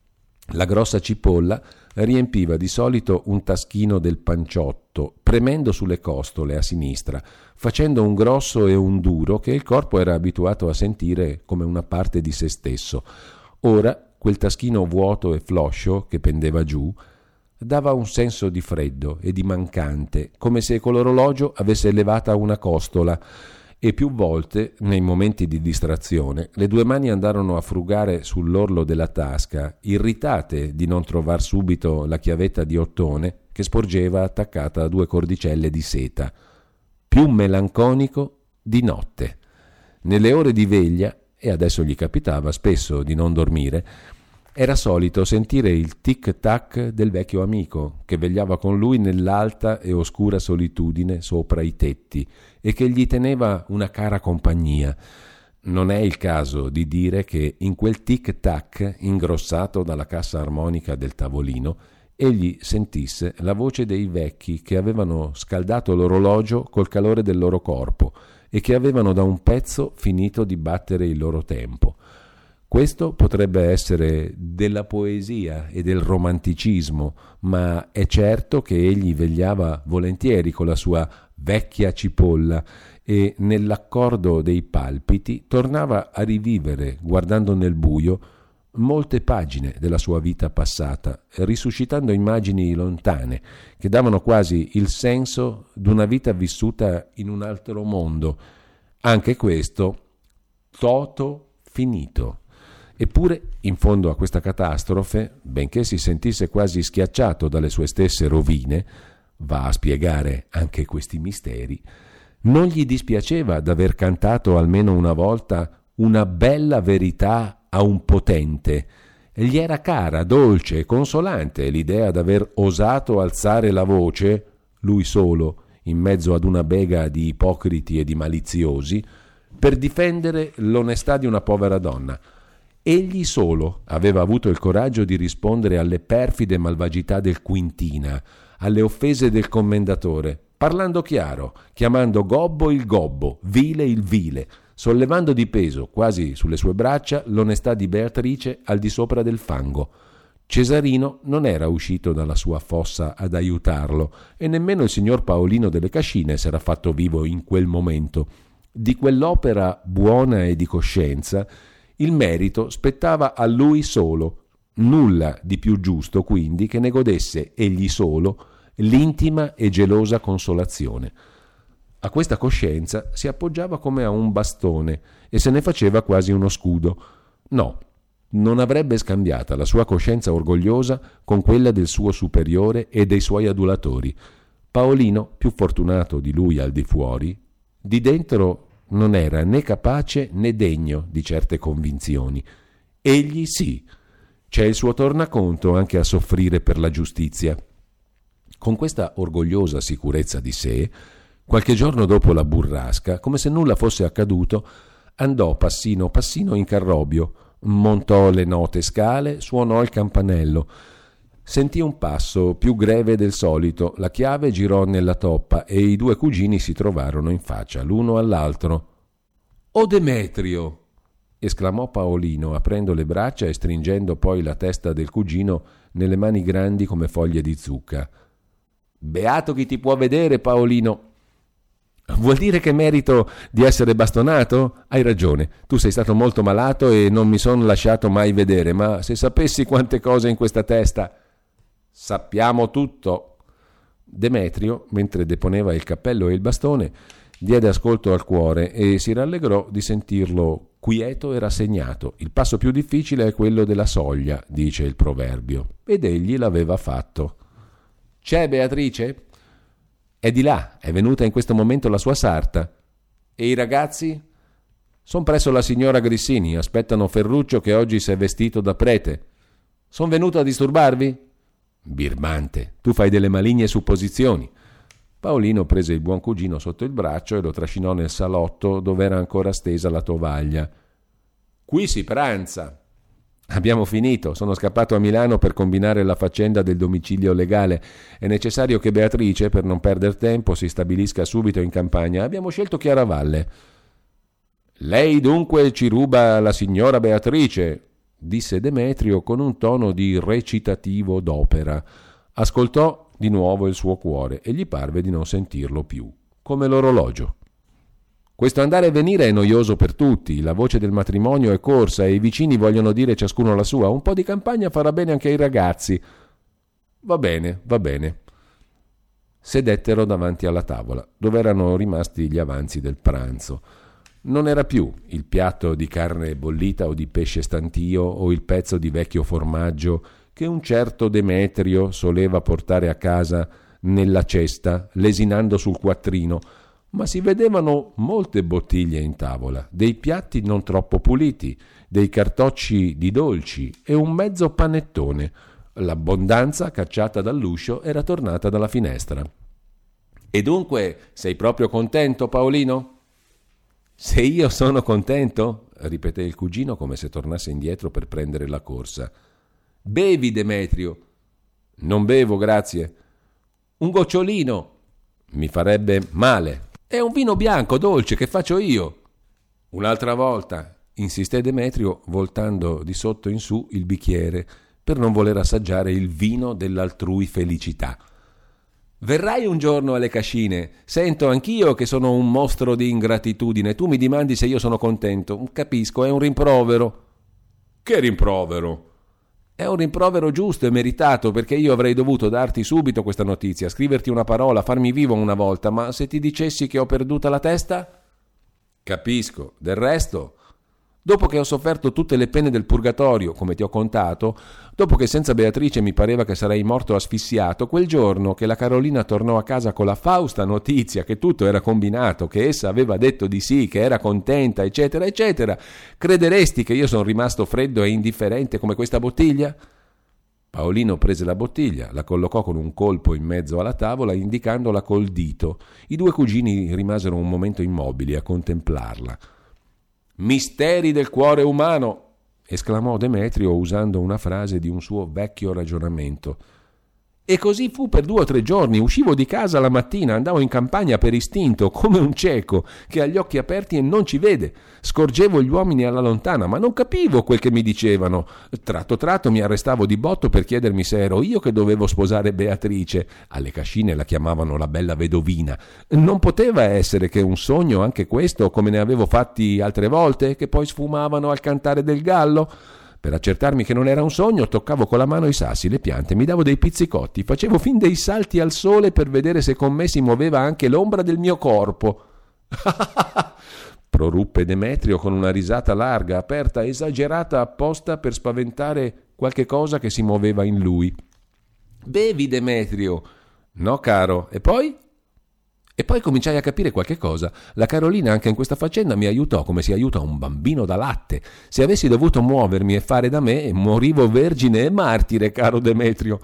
La grossa cipolla riempiva di solito un taschino del panciotto, premendo sulle costole a sinistra, facendo un grosso e un duro che il corpo era abituato a sentire come una parte di se stesso. Ora quel taschino vuoto e floscio che pendeva giù dava un senso di freddo e di mancante, come se con l'orologio avesse levata una costola, e più volte, nei momenti di distrazione, le due mani andarono a frugare sull'orlo della tasca, irritate di non trovar subito la chiavetta di ottone che sporgeva attaccata a due cordicelle di seta. Più melanconico di notte. Nelle ore di veglia e adesso gli capitava spesso di non dormire, era solito sentire il tic-tac del vecchio amico che vegliava con lui nell'alta e oscura solitudine sopra i tetti e che gli teneva una cara compagnia. Non è il caso di dire che in quel tic-tac ingrossato dalla cassa armonica del tavolino egli sentisse la voce dei vecchi che avevano scaldato l'orologio col calore del loro corpo e che avevano da un pezzo finito di battere il loro tempo. Questo potrebbe essere della poesia e del romanticismo, ma è certo che egli vegliava volentieri con la sua vecchia cipolla e nell'accordo dei palpiti tornava a rivivere, guardando nel buio, molte pagine della sua vita passata, risuscitando immagini lontane che davano quasi il senso d'una vita vissuta in un altro mondo. Anche questo toto finito. Eppure, in fondo a questa catastrofe, benché si sentisse quasi schiacciato dalle sue stesse rovine, va a spiegare anche questi misteri, non gli dispiaceva d'aver cantato almeno una volta una bella verità a un potente. Gli era cara, dolce e consolante l'idea d'aver osato alzare la voce, lui solo, in mezzo ad una bega di ipocriti e di maliziosi, per difendere l'onestà di una povera donna. Egli solo aveva avuto il coraggio di rispondere alle perfide malvagità del Quintina, alle offese del commendatore, parlando chiaro, chiamando gobbo il gobbo, vile il vile, sollevando di peso, quasi sulle sue braccia, l'onestà di Beatrice al di sopra del fango. Cesarino non era uscito dalla sua fossa ad aiutarlo e nemmeno il signor Paolino delle Cascine s'era fatto vivo in quel momento. Di quell'opera buona e di coscienza il merito spettava a lui solo, nulla di più giusto quindi che ne godesse egli solo l'intima e gelosa consolazione. A questa coscienza si appoggiava come a un bastone e se ne faceva quasi uno scudo. No, non avrebbe scambiata la sua coscienza orgogliosa con quella del suo superiore e dei suoi adulatori. Paolino, più fortunato di lui al di fuori, di dentro non era né capace né degno di certe convinzioni. Egli sì. C'è il suo tornaconto anche a soffrire per la giustizia. Con questa orgogliosa sicurezza di sé, qualche giorno dopo la burrasca, come se nulla fosse accaduto, andò passino passino in carrobio, montò le note scale, suonò il campanello. Sentì un passo più greve del solito, la chiave girò nella toppa e i due cugini si trovarono in faccia l'uno all'altro. «O Demetrio!» esclamò Paolino, aprendo le braccia e stringendo poi la testa del cugino nelle mani grandi come foglie di zucca. «Beato chi ti può vedere, Paolino!» «Vuol dire che merito di essere bastonato? Hai ragione, tu sei stato molto malato e non mi son lasciato mai vedere, ma se sapessi quante cose in questa testa...» «Sappiamo tutto!» Demetrio, mentre deponeva il cappello e il bastone, diede ascolto al cuore e si rallegrò di sentirlo quieto e rassegnato. Il passo più difficile è quello della soglia, dice il proverbio, ed egli l'aveva fatto. «C'è Beatrice?» «È di là, è venuta in questo momento la sua sarta». «E i ragazzi?» «Son presso la signora Grissini, aspettano Ferruccio che oggi s'è vestito da prete». «Son venuto a disturbarvi?» «Birbante, tu fai delle maligne supposizioni». Paolino prese il buon cugino sotto il braccio e lo trascinò nel salotto dove era ancora stesa la tovaglia. «Qui si pranza». «Abbiamo finito, sono scappato a Milano per combinare la faccenda del domicilio legale. È necessario che Beatrice, per non perder tempo, si stabilisca subito in campagna. Abbiamo scelto Chiaravalle». «Lei dunque ci ruba la signora Beatrice», disse Demetrio con un tono di recitativo d'opera. Ascoltò di nuovo il suo cuore e gli parve di non sentirlo più, come l'orologio. «Questo andare e venire è noioso per tutti, la voce del matrimonio è corsa e i vicini vogliono dire ciascuno la sua. Un po' di campagna farà bene anche ai ragazzi». «Va bene, va bene». Sedettero davanti alla tavola, dove erano rimasti gli avanzi del pranzo. Non era più il piatto di carne bollita o di pesce stantio o il pezzo di vecchio formaggio che un certo Demetrio soleva portare a casa nella cesta, lesinando sul quattrino, ma si vedevano molte bottiglie in tavola, dei piatti non troppo puliti, dei cartocci di dolci e un mezzo panettone. L'abbondanza, cacciata dall'uscio, era tornata dalla finestra. E dunque sei proprio contento, Paolino? Se io sono contento? Ripeté il cugino come se tornasse indietro per prendere la corsa. Bevi, Demetrio. Non bevo, grazie. Un gocciolino. Mi farebbe male. È un vino bianco dolce che faccio io. Un'altra volta, insisté Demetrio, voltando di sotto in su il bicchiere per non voler assaggiare il vino dell'altrui felicità. Verrai un giorno alle Cascine. Sento anch'io che sono un mostro di ingratitudine. Tu mi dimandi se io sono contento. Capisco, è un rimprovero. Che rimprovero? È un rimprovero giusto e meritato, perché io avrei dovuto darti subito questa notizia, scriverti una parola, farmi vivo una volta, ma se ti dicessi che ho perduta la testa? Capisco. Del resto, dopo che ho sofferto tutte le pene del purgatorio, come ti ho contato, dopo che senza Beatrice mi pareva che sarei morto asfissiato, quel giorno che la Carolina tornò a casa con la fausta notizia che tutto era combinato, che essa aveva detto di sì, che era contenta, eccetera, eccetera, crederesti che io sono rimasto freddo e indifferente come questa bottiglia? Paolino prese la bottiglia, la collocò con un colpo in mezzo alla tavola, indicandola col dito. I due cugini rimasero un momento immobili a contemplarla. Misteri del cuore umano, esclamò Demetrio usando una frase di un suo vecchio ragionamento. E così fu per due o tre giorni. Uscivo di casa la mattina, andavo in campagna per istinto, come un cieco che ha gli occhi aperti e non ci vede. Scorgevo gli uomini alla lontana, ma non capivo quel che mi dicevano. Tratto tratto mi arrestavo di botto per chiedermi se ero io che dovevo sposare Beatrice. Alle Cascine la chiamavano la bella vedovina. Non poteva essere che un sogno anche questo, come ne avevo fatti altre volte, che poi sfumavano al cantare del gallo? Per accertarmi che non era un sogno, toccavo con la mano i sassi, le piante, mi davo dei pizzicotti, facevo fin dei salti al sole per vedere se con me si muoveva anche l'ombra del mio corpo. Proruppe Demetrio con una risata larga, aperta, esagerata apposta per spaventare qualche cosa che si muoveva in lui. Bevi, Demetrio. No, caro. E poi? E poi cominciai a capire qualche cosa. La Carolina anche in questa faccenda mi aiutò come si aiuta un bambino da latte. Se avessi dovuto muovermi e fare da me, morivo vergine e martire, caro Demetrio.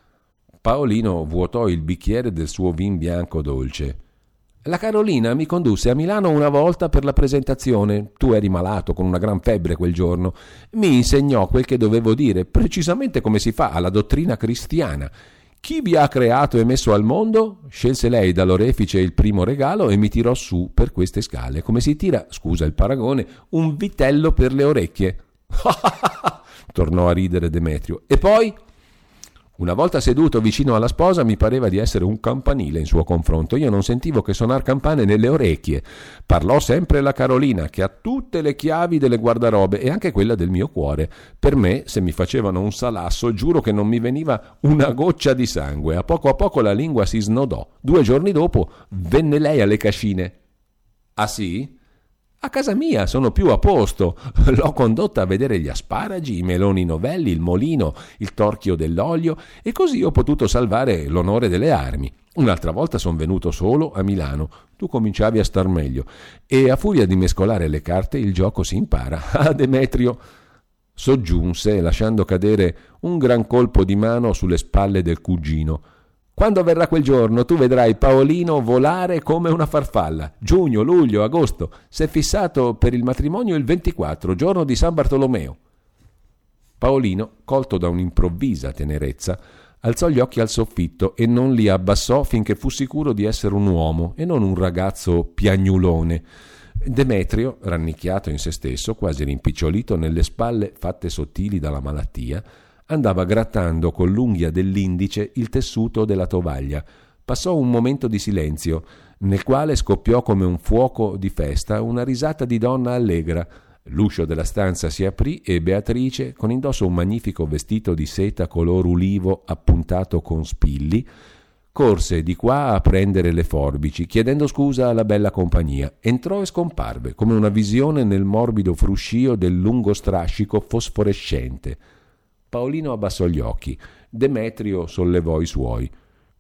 Paolino vuotò il bicchiere del suo vin bianco dolce. La Carolina mi condusse a Milano una volta per la presentazione. Tu eri malato con una gran febbre quel giorno. Mi insegnò quel che dovevo dire, precisamente come si fa alla dottrina cristiana. Chi vi ha creato e messo al mondo? Scelse lei dall'orefice il primo regalo e mi tirò su per queste scale, come si tira, scusa il paragone, un vitello per le orecchie. Tornò a ridere Demetrio. E poi? Una volta seduto vicino alla sposa mi pareva di essere un campanile in suo confronto. Io non sentivo che sonar campane nelle orecchie. Parlò sempre la Carolina, che ha tutte le chiavi delle guardarobe e anche quella del mio cuore. Per me, se mi facevano un salasso, giuro che non mi veniva una goccia di sangue. A poco a poco la lingua si snodò. Due giorni dopo venne lei alle Cascine. Ah sì? A casa mia sono più a posto. L'ho condotta a vedere gli asparagi, i meloni novelli, il molino, il torchio dell'olio e così ho potuto salvare l'onore delle armi. Un'altra volta son venuto solo a Milano. Tu cominciavi a star meglio e a furia di mescolare le carte il gioco si impara. Ah, Demetrio, soggiunse lasciando cadere un gran colpo di mano sulle spalle del cugino. Quando verrà quel giorno tu vedrai Paolino volare come una farfalla. Giugno, luglio, agosto. S'è fissato per il matrimonio il ventiquattro, giorno di San Bartolomeo. Paolino, colto da un'improvvisa tenerezza, alzò gli occhi al soffitto e non li abbassò finché fu sicuro di essere un uomo e non un ragazzo piagnulone. Demetrio, rannicchiato in se stesso, quasi rimpicciolito nelle spalle fatte sottili dalla malattia, andava grattando con l'unghia dell'indice il tessuto della tovaglia. Passò un momento di silenzio, nel quale scoppiò come un fuoco di festa una risata di donna allegra. L'uscio della stanza si aprì e Beatrice, con indosso un magnifico vestito di seta color ulivo appuntato con spilli, corse di qua a prendere le forbici, chiedendo scusa alla bella compagnia. Entrò e scomparve, come una visione nel morbido fruscio del lungo strascico fosforescente. Paolino abbassò gli occhi. Demetrio sollevò i suoi.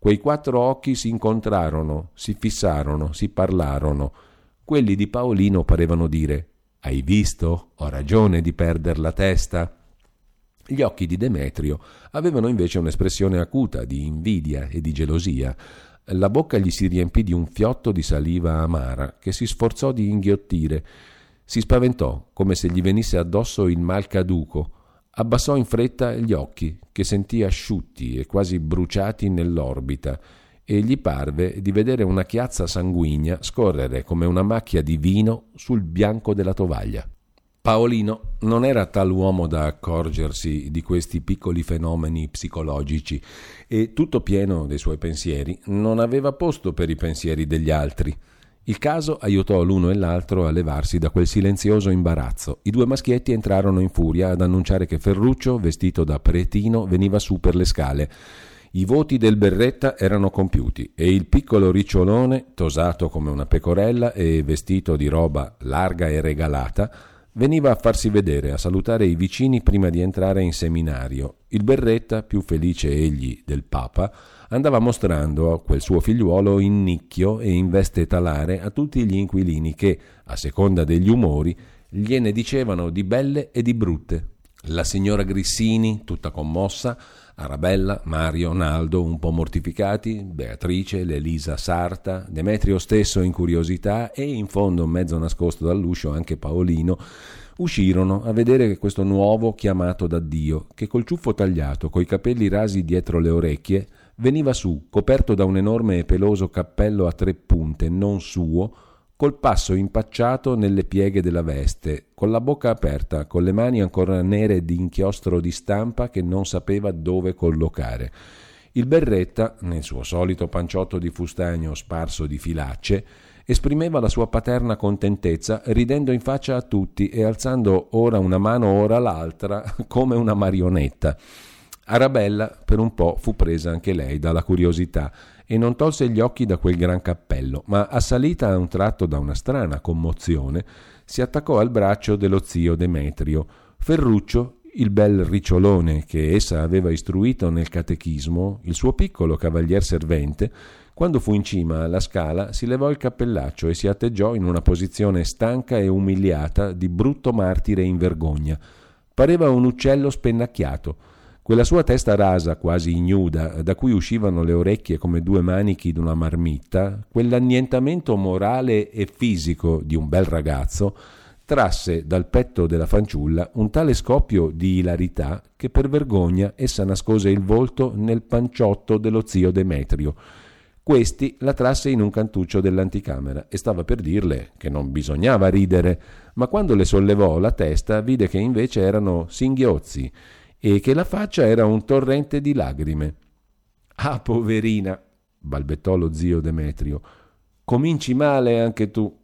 Quei quattro occhi si incontrarono, si fissarono, si parlarono. Quelli di Paolino parevano dire: «Hai visto? Ho ragione di perder la testa». Gli occhi di Demetrio avevano invece un'espressione acuta di invidia e di gelosia. La bocca gli si riempì di un fiotto di saliva amara che si sforzò di inghiottire. Si spaventò, come se gli venisse addosso il mal caduco. Abbassò in fretta gli occhi, che sentì asciutti e quasi bruciati nell'orbita, e gli parve di vedere una chiazza sanguigna scorrere come una macchia di vino sul bianco della tovaglia. Paolino non era tal uomo da accorgersi di questi piccoli fenomeni psicologici e, tutto pieno dei suoi pensieri, non aveva posto per i pensieri degli altri. Il caso aiutò l'uno e l'altro a levarsi da quel silenzioso imbarazzo. I due maschietti entrarono in furia ad annunciare che Ferruccio, vestito da pretino, veniva su per le scale. I voti del berretta erano compiuti e il piccolo ricciolone, tosato come una pecorella e vestito di roba larga e regalata, veniva a farsi vedere, a salutare i vicini prima di entrare in seminario. Il berretta, più felice egli del Papa, andava mostrando quel suo figliuolo in nicchio e in veste talare a tutti gli inquilini che, a seconda degli umori, gliene dicevano di belle e di brutte. La signora Grissini, tutta commossa, Arabella, Mario, Naldo, un po' mortificati, Beatrice, l'Elisa sarta, Demetrio stesso in curiosità e, in fondo, mezzo nascosto dall'uscio, anche Paolino, uscirono a vedere che questo nuovo chiamato da Dio, che col ciuffo tagliato, coi capelli rasi dietro le orecchie, veniva su, coperto da un enorme e peloso cappello a tre punte, non suo, col passo impacciato nelle pieghe della veste, con la bocca aperta, con le mani ancora nere di inchiostro di stampa che non sapeva dove collocare. Il berretta, nel suo solito panciotto di fustagno sparso di filacce, esprimeva la sua paterna contentezza ridendo in faccia a tutti e alzando ora una mano ora l'altra come una marionetta. Arabella per un po' fu presa anche lei dalla curiosità e non tolse gli occhi da quel gran cappello, ma assalita a un tratto da una strana commozione si attaccò al braccio dello zio Demetrio. Ferruccio, il bel ricciolone che essa aveva istruito nel catechismo, il suo piccolo cavalier servente, quando fu in cima alla scala si levò il cappellaccio e si atteggiò in una posizione stanca e umiliata di brutto martire in vergogna. Pareva un uccello spennacchiato. Quella sua testa rasa, quasi ignuda, da cui uscivano le orecchie come due manichi d'una marmitta, quell'annientamento morale e fisico di un bel ragazzo, trasse dal petto della fanciulla un tale scoppio di ilarità che per vergogna essa nascose il volto nel panciotto dello zio Demetrio. Questi la trasse in un cantuccio dell'anticamera e stava per dirle che non bisognava ridere, ma quando le sollevò la testa vide che invece erano singhiozzi e che la faccia era un torrente di lagrime. «Ah, poverina!» balbettò lo zio Demetrio. «Cominci male anche tu!»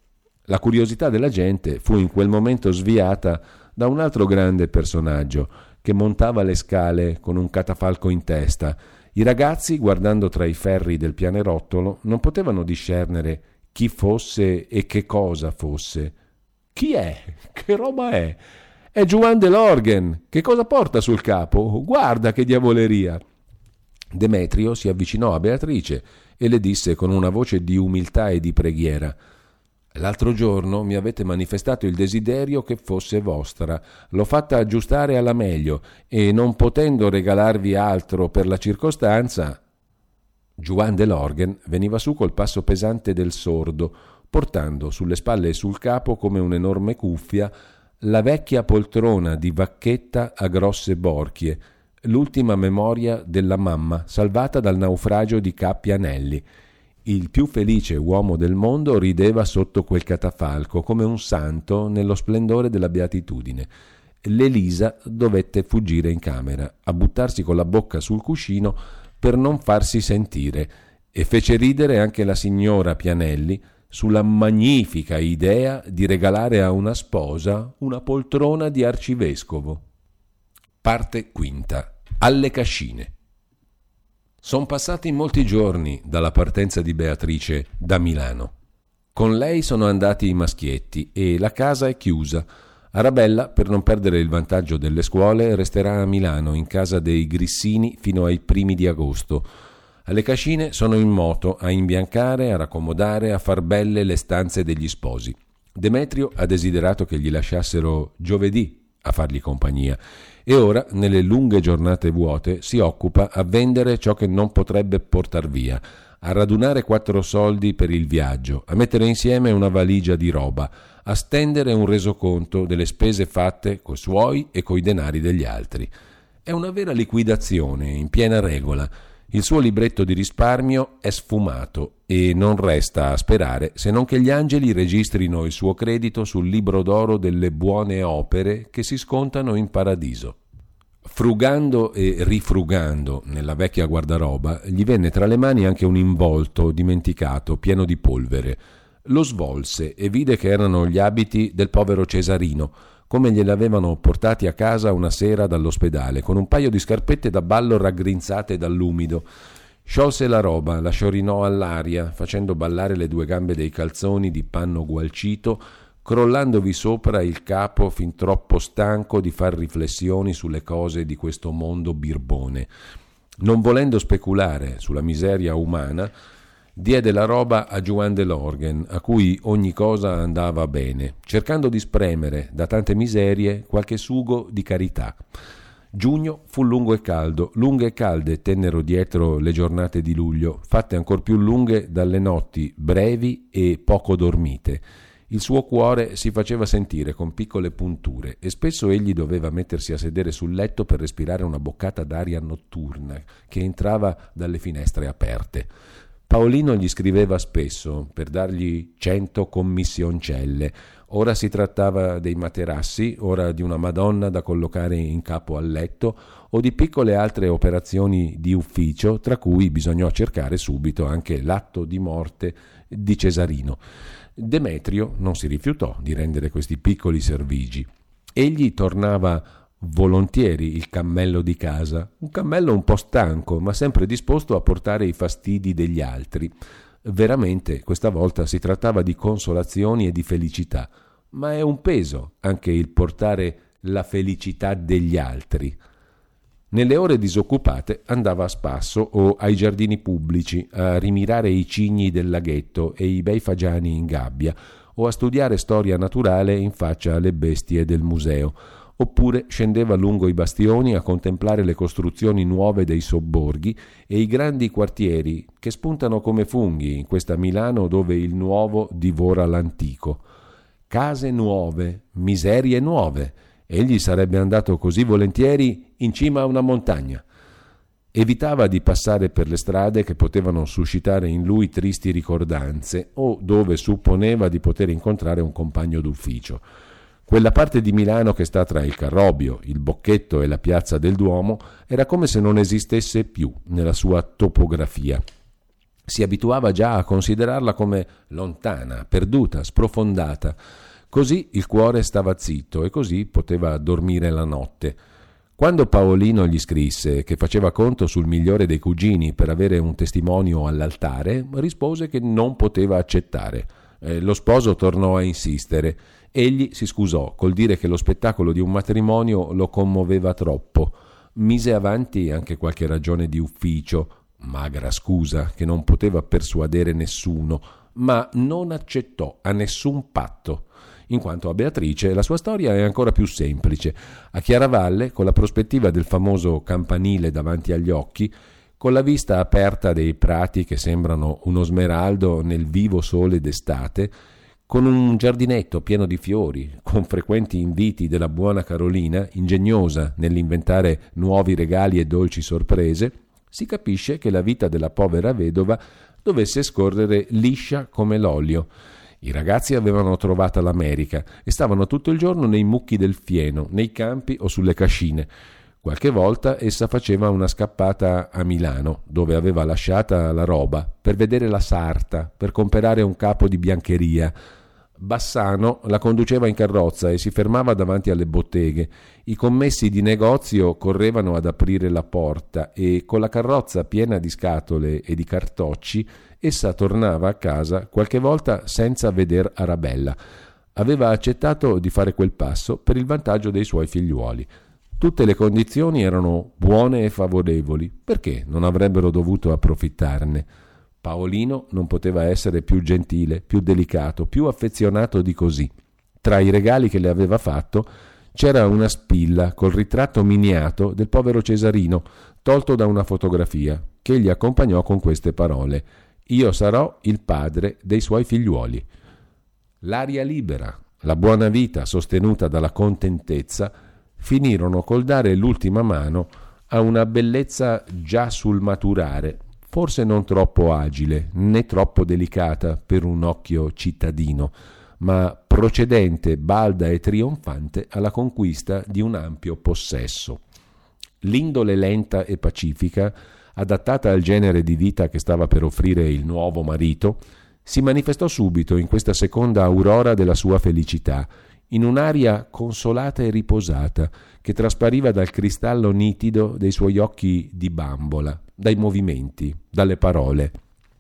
La curiosità della gente fu in quel momento sviata da un altro grande personaggio che montava le scale con un catafalco in testa. I ragazzi, guardando tra i ferri del pianerottolo, non potevano discernere chi fosse e che cosa fosse. «Chi è? Che roba è? È Juan de Lorgen! Che cosa porta sul capo? Guarda che diavoleria!» Demetrio si avvicinò a Beatrice e le disse con una voce di umiltà e di preghiera: «L'altro giorno mi avete manifestato il desiderio che fosse vostra. L'ho fatta aggiustare alla meglio e, non potendo regalarvi altro per la circostanza...» Juan de Lorgen veniva su col passo pesante del sordo, portando sulle spalle e sul capo come un'enorme cuffia la vecchia poltrona di vacchetta a grosse borchie, l'ultima memoria della mamma salvata dal naufragio di Cappi Anelli. Il più felice uomo del mondo rideva sotto quel catafalco come un santo nello splendore della beatitudine. L'Elisa dovette fuggire in camera, a buttarsi con la bocca sul cuscino per non farsi sentire, e fece ridere anche la signora Pianelli sulla magnifica idea di regalare a una sposa una poltrona di arcivescovo. Parte quinta. Alle Cascine. Son passati molti giorni dalla partenza di Beatrice da Milano. Con lei sono andati i maschietti e la casa è chiusa. Arabella, per non perdere il vantaggio delle scuole, resterà a Milano in casa dei Grissini fino ai primi di agosto. Alle Cascine sono in moto a imbiancare, a raccomodare, a far belle le stanze degli sposi. Demetrio ha desiderato che gli lasciassero giovedì a fargli compagnia e ora, nelle lunghe giornate vuote, si occupa a vendere ciò che non potrebbe portar via, a radunare quattro soldi per il viaggio, a mettere insieme una valigia di roba, a stendere un resoconto delle spese fatte coi suoi e coi denari degli altri. È una vera liquidazione in piena regola. Il suo libretto di risparmio è sfumato e non resta a sperare se non che gli angeli registrino il suo credito sul libro d'oro delle buone opere che si scontano in paradiso. Frugando e rifrugando nella vecchia guardaroba, gli venne tra le mani anche un involto dimenticato, pieno di polvere. Lo svolse e vide che erano gli abiti del povero Cesarino, come gliel'avevano portati a casa una sera dall'ospedale, con un paio di scarpette da ballo raggrinzate dall'umido. Sciolse la roba, la sciorinò all'aria, facendo ballare le due gambe dei calzoni di panno gualcito, crollandovi sopra il capo fin troppo stanco di far riflessioni sulle cose di questo mondo birbone. Non volendo speculare sulla miseria umana, diede la roba a Juan de Lorgen, a cui ogni cosa andava bene, cercando di spremere da tante miserie qualche sugo di carità. Giugno fu lungo e caldo, lunghe e calde tennero dietro le giornate di luglio, fatte ancor più lunghe dalle notti brevi e poco dormite. Il suo cuore si faceva sentire con piccole punture e spesso egli doveva mettersi a sedere sul letto per respirare una boccata d'aria notturna che entrava dalle finestre aperte. Paolino gli scriveva spesso per dargli cento commissioncelle. Ora si trattava dei materassi, ora di una Madonna da collocare in capo al letto o di piccole altre operazioni di ufficio, tra cui bisognò cercare subito anche l'atto di morte di Cesarino. Demetrio non si rifiutò di rendere questi piccoli servigi. Egli tornava volontieri il cammello di casa, un cammello un po' stanco, ma sempre disposto a portare i fastidi degli altri. Veramente questa volta si trattava di consolazioni e di felicità, ma è un peso anche il portare la felicità degli altri. Nelle ore disoccupate andava a spasso o ai giardini pubblici a rimirare i cigni del laghetto e i bei fagiani in gabbia, o a studiare storia naturale in faccia alle bestie del museo. Oppure scendeva lungo i bastioni a contemplare le costruzioni nuove dei sobborghi e i grandi quartieri che spuntano come funghi in questa Milano dove il nuovo divora l'antico. Case nuove, miserie nuove. Egli sarebbe andato così volentieri in cima a una montagna. Evitava di passare per le strade che potevano suscitare in lui tristi ricordanze o dove supponeva di poter incontrare un compagno d'ufficio. Quella parte di Milano che sta tra il Carrobio, il Bocchetto e la piazza del Duomo era come se non esistesse più nella sua topografia. Si abituava già a considerarla come lontana, perduta, sprofondata. Così il cuore stava zitto e così poteva dormire la notte. Quando Paolino gli scrisse che faceva conto sul migliore dei cugini per avere un testimonio all'altare, rispose che non poteva accettare. Eh, lo sposo tornò a insistere. Egli si scusò col dire che lo spettacolo di un matrimonio lo commoveva troppo. Mise avanti anche qualche ragione di ufficio, magra scusa che non poteva persuadere nessuno, ma non accettò a nessun patto. In quanto a Beatrice, la sua storia è ancora più semplice. A Chiaravalle, con la prospettiva del famoso campanile davanti agli occhi, con la vista aperta dei prati che sembrano uno smeraldo nel vivo sole d'estate, con un giardinetto pieno di fiori, con frequenti inviti della buona Carolina, ingegnosa nell'inventare nuovi regali e dolci sorprese, si capisce che la vita della povera vedova dovesse scorrere liscia come l'olio. I ragazzi avevano trovata l'America e stavano tutto il giorno nei mucchi del fieno, nei campi o sulle cascine. Qualche volta essa faceva una scappata a Milano, dove aveva lasciata la roba, per vedere la sarta, per comperare un capo di biancheria. Bassano la conduceva in carrozza e si fermava davanti alle botteghe. I commessi di negozio correvano ad aprire la porta e, con la carrozza piena di scatole e di cartocci, essa tornava a casa qualche volta senza veder Arabella. Aveva accettato di fare quel passo per il vantaggio dei suoi figliuoli. Tutte le condizioni erano buone e favorevoli, perché non avrebbero dovuto approfittarne? Paolino non poteva essere più gentile, più delicato, più affezionato di così. Tra i regali che le aveva fatto c'era una spilla col ritratto miniato del povero Cesarino, tolto da una fotografia, che gli accompagnò con queste parole: «Io sarò il padre dei suoi figliuoli». L'aria libera, la buona vita sostenuta dalla contentezza finirono col dare l'ultima mano a una bellezza già sul maturare, forse non troppo agile né troppo delicata per un occhio cittadino, ma procedente, balda e trionfante alla conquista di un ampio possesso. L'indole lenta e pacifica, adattata al genere di vita che stava per offrire il nuovo marito, si manifestò subito in questa seconda aurora della sua felicità, in un'aria consolata e riposata che traspariva dal cristallo nitido dei suoi occhi di bambola, dai movimenti, dalle parole.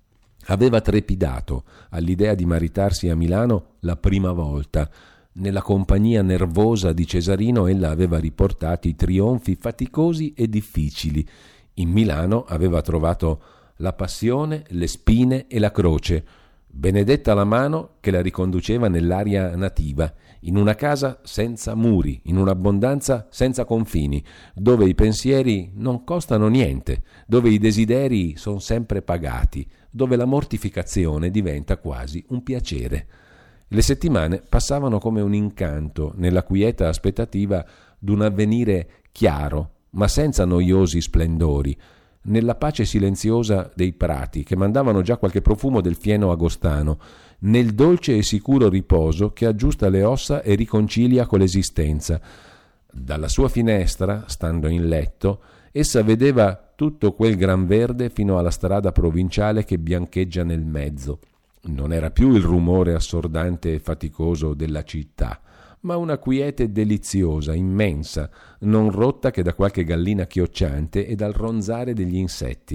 Aveva trepidato all'idea di maritarsi a Milano la prima volta. Nella compagnia nervosa di Cesarino ella aveva riportato i trionfi faticosi e difficili. In Milano aveva trovato la passione, le spine e la croce. Benedetta la mano che la riconduceva nell'aria nativa, in una casa senza muri, in un'abbondanza senza confini, dove i pensieri non costano niente, dove i desideri sono sempre pagati, dove la mortificazione diventa quasi un piacere. Le settimane passavano come un incanto nella quieta aspettativa d'un avvenire chiaro, ma senza noiosi splendori, nella pace silenziosa dei prati che mandavano già qualche profumo del fieno agostano, nel dolce e sicuro riposo che aggiusta le ossa e riconcilia con l'esistenza. Dalla sua finestra, stando in letto, essa vedeva tutto quel gran verde fino alla strada provinciale che biancheggia nel mezzo. Non era più il rumore assordante e faticoso della città, ma una quiete deliziosa, immensa, non rotta che da qualche gallina chiocciante e dal ronzare degli insetti.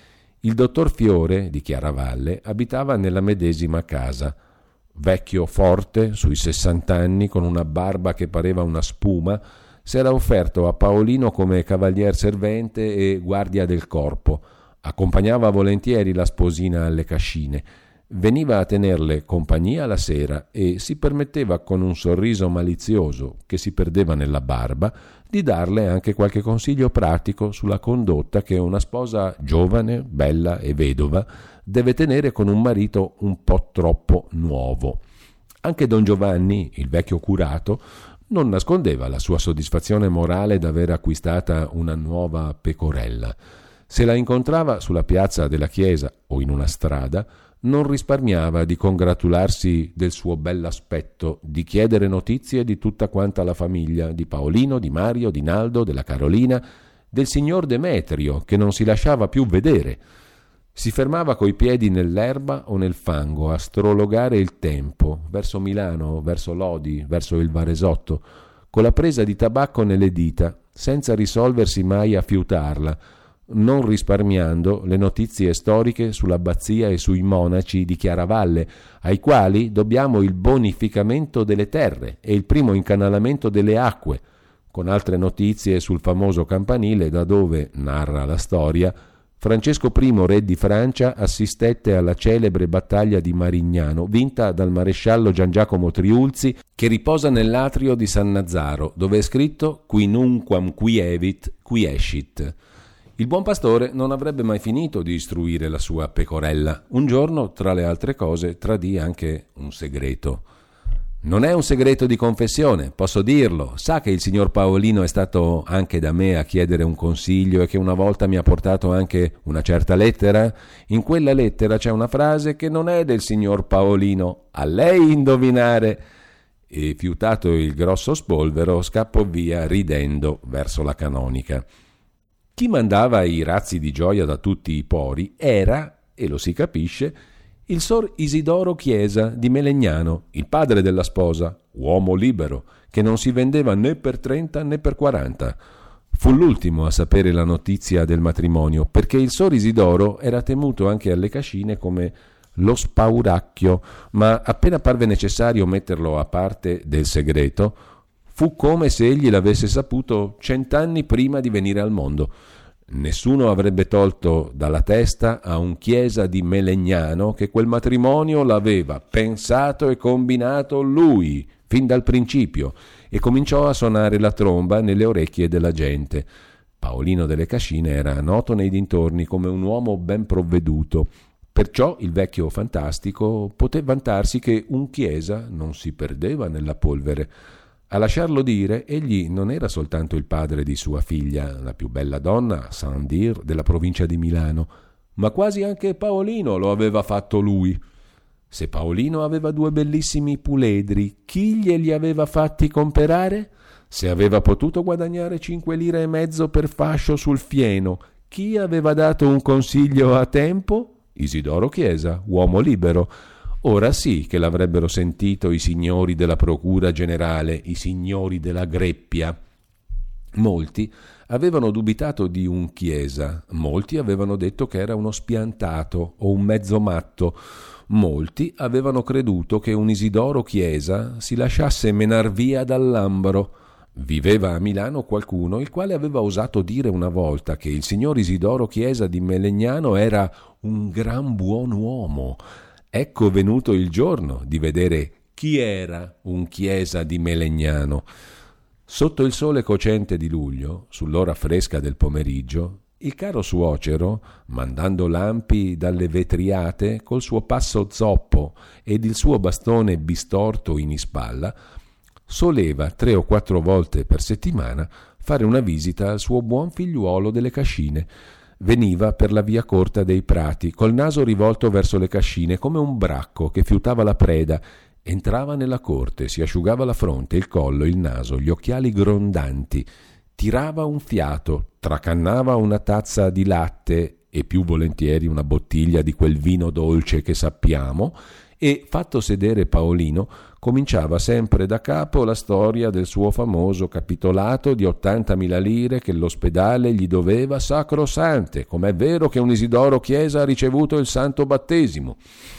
Il dottor Fiore, di Chiaravalle, abitava nella medesima casa. Vecchio forte, sui sessant'anni, con una barba che pareva una spuma, s'era offerto a Paolino come cavalier servente e guardia del corpo. Accompagnava volentieri la sposina alle cascine. Veniva a tenerle compagnia la sera e si permetteva, con un sorriso malizioso che si perdeva nella barba, di darle anche qualche consiglio pratico sulla condotta che una sposa giovane, bella e vedova deve tenere con un marito un po' troppo nuovo. Anche Don Giovanni, il vecchio curato, non nascondeva la sua soddisfazione morale d'aver acquistata una nuova pecorella. Se la incontrava sulla piazza della chiesa o in una strada, non risparmiava di congratularsi del suo bell'aspetto, di chiedere notizie di tutta quanta la famiglia, di Paolino, di Mario, di Naldo, della Carolina, del signor Demetrio, che non si lasciava più vedere. Si fermava coi piedi nell'erba o nel fango a strologare il tempo, verso Milano, verso Lodi, verso il Varesotto, con la presa di tabacco nelle dita, senza risolversi mai a fiutarla, non risparmiando le notizie storiche sull'abbazia e sui monaci di Chiaravalle, ai quali dobbiamo il bonificamento delle terre e il primo incanalamento delle acque, con altre notizie sul famoso campanile da dove, narra la storia, Francesco I, re di Francia, assistette alla celebre battaglia di Marignano, vinta dal maresciallo Gian Giacomo Triulzi, che riposa nell'atrio di San Nazzaro, dove è scritto «Qui nunquam quievit, quiescit». Il buon pastore non avrebbe mai finito di istruire la sua pecorella. Un giorno, tra le altre cose, tradì anche un segreto. Non è un segreto di confessione, posso dirlo. Sa che il signor Paolino è stato anche da me a chiedere un consiglio e che una volta mi ha portato anche una certa lettera? In quella lettera c'è una frase che non è del signor Paolino. A lei indovinare! E fiutato il grosso spolvero, scappò via ridendo verso la canonica. Chi mandava i razzi di gioia da tutti i pori era, e lo si capisce, il sor Isidoro Chiesa di Melegnano, il padre della sposa, uomo libero, che non si vendeva né per trenta né per quaranta. Fu l'ultimo a sapere la notizia del matrimonio, perché il sor Isidoro era temuto anche alle cascine come lo spauracchio, ma appena parve necessario metterlo a parte del segreto, Fu come se egli l'avesse saputo cent'anni prima di venire al mondo. Nessuno avrebbe tolto dalla testa a un Chiesa di Melegnano che quel matrimonio l'aveva pensato e combinato lui, fin dal principio, e cominciò a suonare la tromba nelle orecchie della gente. Paolino delle Cascine era noto nei dintorni come un uomo ben provveduto. Perciò il vecchio fantastico poté vantarsi che un Chiesa non si perdeva nella polvere. A lasciarlo dire, egli non era soltanto il padre di sua figlia, la più bella donna, Sandir, della provincia di Milano, ma quasi anche Paolino lo aveva fatto lui. Se Paolino aveva due bellissimi puledri, chi glieli aveva fatti comperare? Se aveva potuto guadagnare cinque lire e mezzo per fascio sul fieno, chi aveva dato un consiglio a tempo? Isidoro Chiesa, uomo libero. Ora sì che l'avrebbero sentito i signori della procura generale, i signori della Greppia. Molti avevano dubitato di un Chiesa, molti avevano detto che era uno spiantato o un mezzo matto, molti avevano creduto che un Isidoro Chiesa si lasciasse menar via dal Lambro. Viveva a Milano qualcuno il quale aveva osato dire una volta che il signor Isidoro Chiesa di Melegnano era un gran buon uomo. Ecco venuto il giorno di vedere chi era un Chiesa di Melegnano. Sotto il sole cocente di luglio, sull'ora fresca del pomeriggio, il caro suocero, mandando lampi dalle vetriate, col suo passo zoppo ed il suo bastone bistorto in ispalla, soleva tre o quattro volte per settimana fare una visita al suo buon figliuolo delle Cascine. Veniva per la via corta dei prati, col naso rivolto verso le Cascine, come un bracco che fiutava la preda. Entrava nella corte, si asciugava la fronte, il collo, il naso, gli occhiali grondanti, tirava un fiato, tracannava una tazza di latte e più volentieri una bottiglia di quel vino dolce che sappiamo, e, fatto sedere Paolino, cominciava sempre da capo la storia del suo famoso capitolato di ottantamila lire che l'ospedale gli doveva sacrosante, com'è vero che un Isidoro Chiesa ha ricevuto il santo battesimo.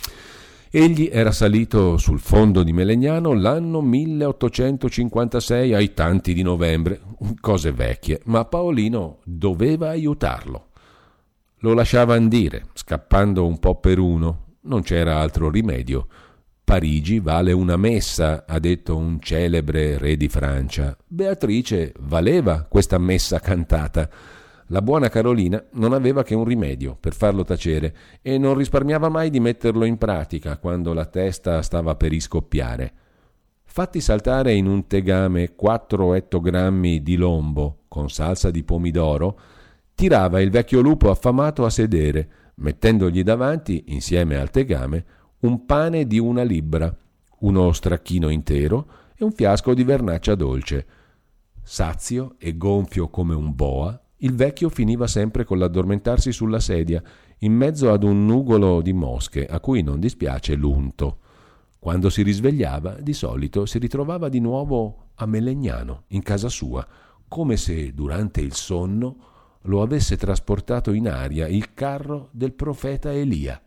Egli era salito sul fondo di Melegnano l'anno milleottocentocinquantasei ai tanti di novembre, cose vecchie, ma Paolino doveva aiutarlo. Lo lasciavan dire, scappando un po' per uno. Non c'era altro rimedio. Parigi vale una messa, ha detto un celebre re di Francia. Beatrice valeva questa messa cantata. La buona Carolina non aveva che un rimedio per farlo tacere e non risparmiava mai di metterlo in pratica quando la testa stava per iscoppiare. Fatti saltare in un tegame quattro ettogrammi di lombo con salsa di pomidoro, tirava il vecchio lupo affamato a sedere, mettendogli davanti, insieme al tegame, un pane di una libbra, uno stracchino intero e un fiasco di vernaccia dolce. Sazio e gonfio come un boa, il vecchio finiva sempre con l'addormentarsi sulla sedia, in mezzo ad un nugolo di mosche a cui non dispiace l'unto. Quando si risvegliava, di solito si ritrovava di nuovo a Melegnano, in casa sua, come se durante il sonno lo avesse trasportato in aria il carro del profeta Elia.